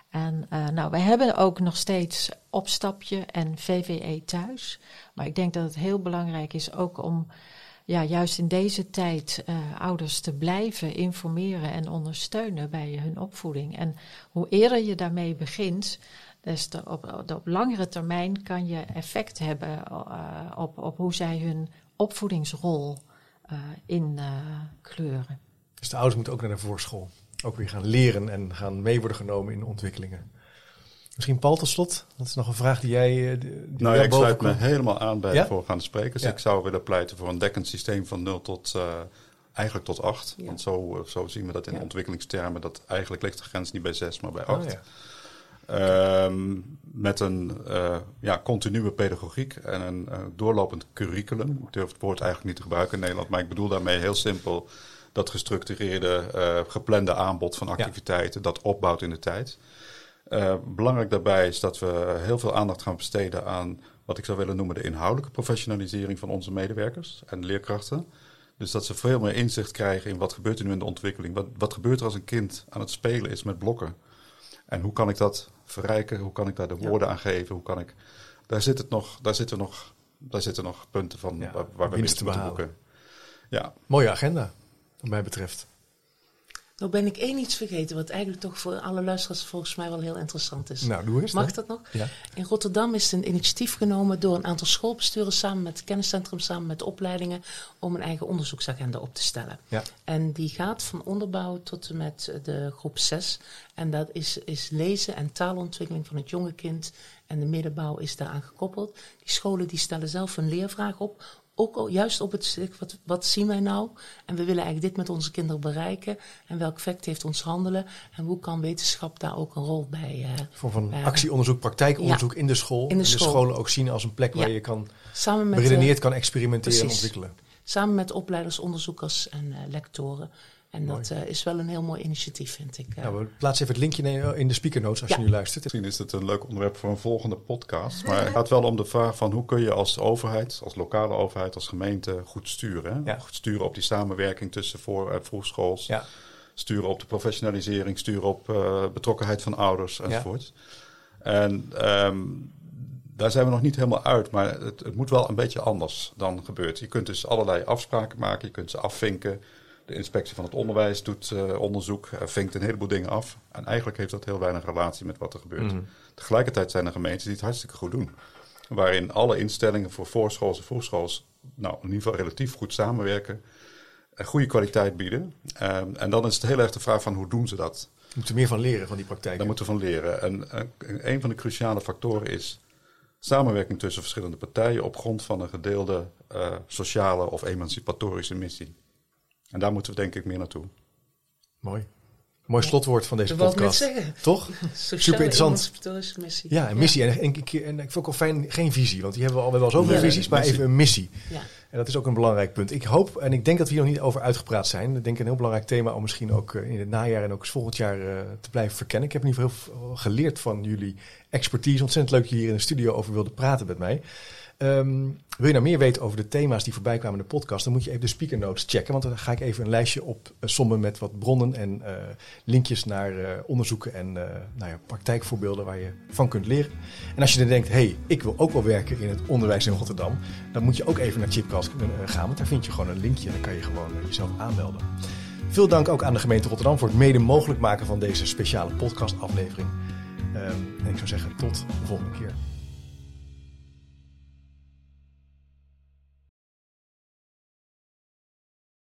Speaker 3: En uh, nou, we hebben ook nog steeds Opstapje en V V E thuis. Maar ik denk dat het heel belangrijk is ook om ja, juist in deze tijd uh, ouders te blijven informeren en ondersteunen bij hun opvoeding. En hoe eerder je daarmee begint, dus de, op, de, op langere termijn kan je effect hebben uh, op, op hoe zij hun opvoedingsrol uh, inkleuren.
Speaker 1: Dus de ouders moeten ook naar de voorschool. Ook weer gaan leren en gaan mee worden genomen in de ontwikkelingen. Misschien Paul tot slot. Dat is nog een vraag die jij... Die
Speaker 2: nou ja, ik sluit me helemaal aan bij
Speaker 1: ja?
Speaker 2: de voorgaande sprekers. Ja. Ik zou willen pleiten voor een dekkend systeem van nul tot... Uh, eigenlijk tot acht. Ja. Want zo, zo zien we dat in ja. ontwikkelingstermen. Dat eigenlijk ligt de grens niet bij zes, maar bij acht. Oh, ja. Um, met een uh, ja, continue pedagogiek en een uh, doorlopend curriculum. Ik durf het woord eigenlijk niet te gebruiken in Nederland. Maar ik bedoel daarmee heel simpel... dat gestructureerde, uh, geplande aanbod van activiteiten, ja. dat opbouwt in de tijd. Uh, belangrijk daarbij is dat we heel veel aandacht gaan besteden aan wat ik zou willen noemen de inhoudelijke professionalisering van onze medewerkers en leerkrachten. Dus dat ze veel meer inzicht krijgen in wat gebeurt er nu in de ontwikkeling. Wat, wat gebeurt er als een kind aan het spelen is met blokken? En hoe kan ik dat verrijken? Hoe kan ik daar de woorden ja. aan geven? Hoe kan ik... Daar, zit het nog, daar, zitten nog, daar zitten nog punten van ja, waar, waar we winst moeten boeken. Ja.
Speaker 1: Mooie agenda. Wat mij betreft.
Speaker 4: Nou ben ik één iets vergeten, wat eigenlijk toch voor alle luisteraars volgens mij wel heel interessant is.
Speaker 1: Nou, doe eens.
Speaker 4: Mag
Speaker 1: dan.
Speaker 4: dat nog?
Speaker 1: Ja.
Speaker 4: In Rotterdam is een initiatief genomen door een aantal schoolbesturen samen met het kenniscentrum, samen met opleidingen, om een eigen onderzoeksagenda op te stellen. Ja. En die gaat van onderbouw tot en met de groep zes. En dat is, is lezen en taalontwikkeling van het jonge kind. En de middenbouw is daaraan gekoppeld. Die scholen die stellen zelf een leervraag op. Ook al, juist op het stuk, wat, wat zien wij nou? En we willen eigenlijk dit met onze kinderen bereiken. En welk effect heeft ons handelen? En hoe kan wetenschap daar ook een rol bij uh,
Speaker 1: Voor van uh, actieonderzoek, praktijkonderzoek ja, in de school. In de, school. de scholen ook zien als een plek waar ja. je kan Samen met beredeneerd, uh, kan experimenteren precies. en ontwikkelen.
Speaker 4: Samen met opleiders, onderzoekers en uh, lectoren. En mooi. dat uh, is wel een heel mooi initiatief, vind ik. Uh.
Speaker 1: Nou, we plaatsen even het linkje in de speaker notes als ja. je nu luistert.
Speaker 2: Misschien is het een leuk onderwerp voor een volgende podcast. Maar het gaat wel om de vraag van hoe kun je als overheid, als lokale overheid, als gemeente goed sturen. Hè? Ja. Goed sturen op die samenwerking tussen voor- en vroegschools. Ja. Sturen op de professionalisering, sturen op uh, betrokkenheid van ouders enzovoort. Ja. En um, daar zijn we nog niet helemaal uit, maar het, het moet wel een beetje anders dan gebeurt. Je kunt dus allerlei afspraken maken, je kunt ze afvinken. De inspectie van het onderwijs doet uh, onderzoek, uh, vinkt een heleboel dingen af. En eigenlijk heeft dat heel weinig relatie met wat er gebeurt. Mm-hmm. Tegelijkertijd zijn er gemeentes die het hartstikke goed doen. Waarin alle instellingen voor voorschools en vroegschools nou, in ieder geval relatief goed samenwerken. En goede kwaliteit bieden. Um, en dan is het heel erg de vraag van hoe doen ze dat?
Speaker 1: We moeten meer van leren van die praktijk.
Speaker 2: Daar moeten we van leren. En uh, een van de cruciale factoren is samenwerking tussen verschillende partijen op grond van een gedeelde uh, sociale of emancipatorische missie. En daar moeten we denk ik meer naartoe.
Speaker 1: Mooi. Mooi slotwoord van deze
Speaker 4: dat
Speaker 1: podcast.
Speaker 4: Dat wil ik net zeggen.
Speaker 1: Toch? Super interessant.
Speaker 4: Missie.
Speaker 1: Ja, een missie. Ja. En, en, en, en ik vind ook wel fijn, geen visie. Want die hebben we al, we hebben al zoveel
Speaker 2: ja,
Speaker 1: visies, maar
Speaker 2: missie.
Speaker 1: even een missie.
Speaker 4: Ja.
Speaker 1: En dat is ook een belangrijk punt. Ik hoop, en ik denk dat we hier nog niet over uitgepraat zijn. Ik denk een heel belangrijk thema om misschien ook in het najaar en ook volgend jaar uh, te blijven verkennen. Ik heb in ieder geval heel veel geleerd van jullie expertise. Ontzettend leuk dat je hier in de studio over wilde praten met mij. Um, wil je nou meer weten over de thema's die voorbij kwamen in de podcast, dan moet je even de speaker notes checken. Want dan ga ik even een lijstje op uh, sommen met wat bronnen en uh, linkjes naar uh, onderzoeken en uh, nou ja, praktijkvoorbeelden waar je van kunt leren. En als je dan denkt, hé, hey, ik wil ook wel werken in het onderwijs in Rotterdam, dan moet je ook even naar Chipcast uh, gaan. Want daar vind je gewoon een linkje en dan kan je gewoon uh, jezelf aanmelden. Veel dank ook aan de gemeente Rotterdam voor het mede mogelijk maken van deze speciale podcastaflevering. Um, en ik zou zeggen, tot de volgende keer.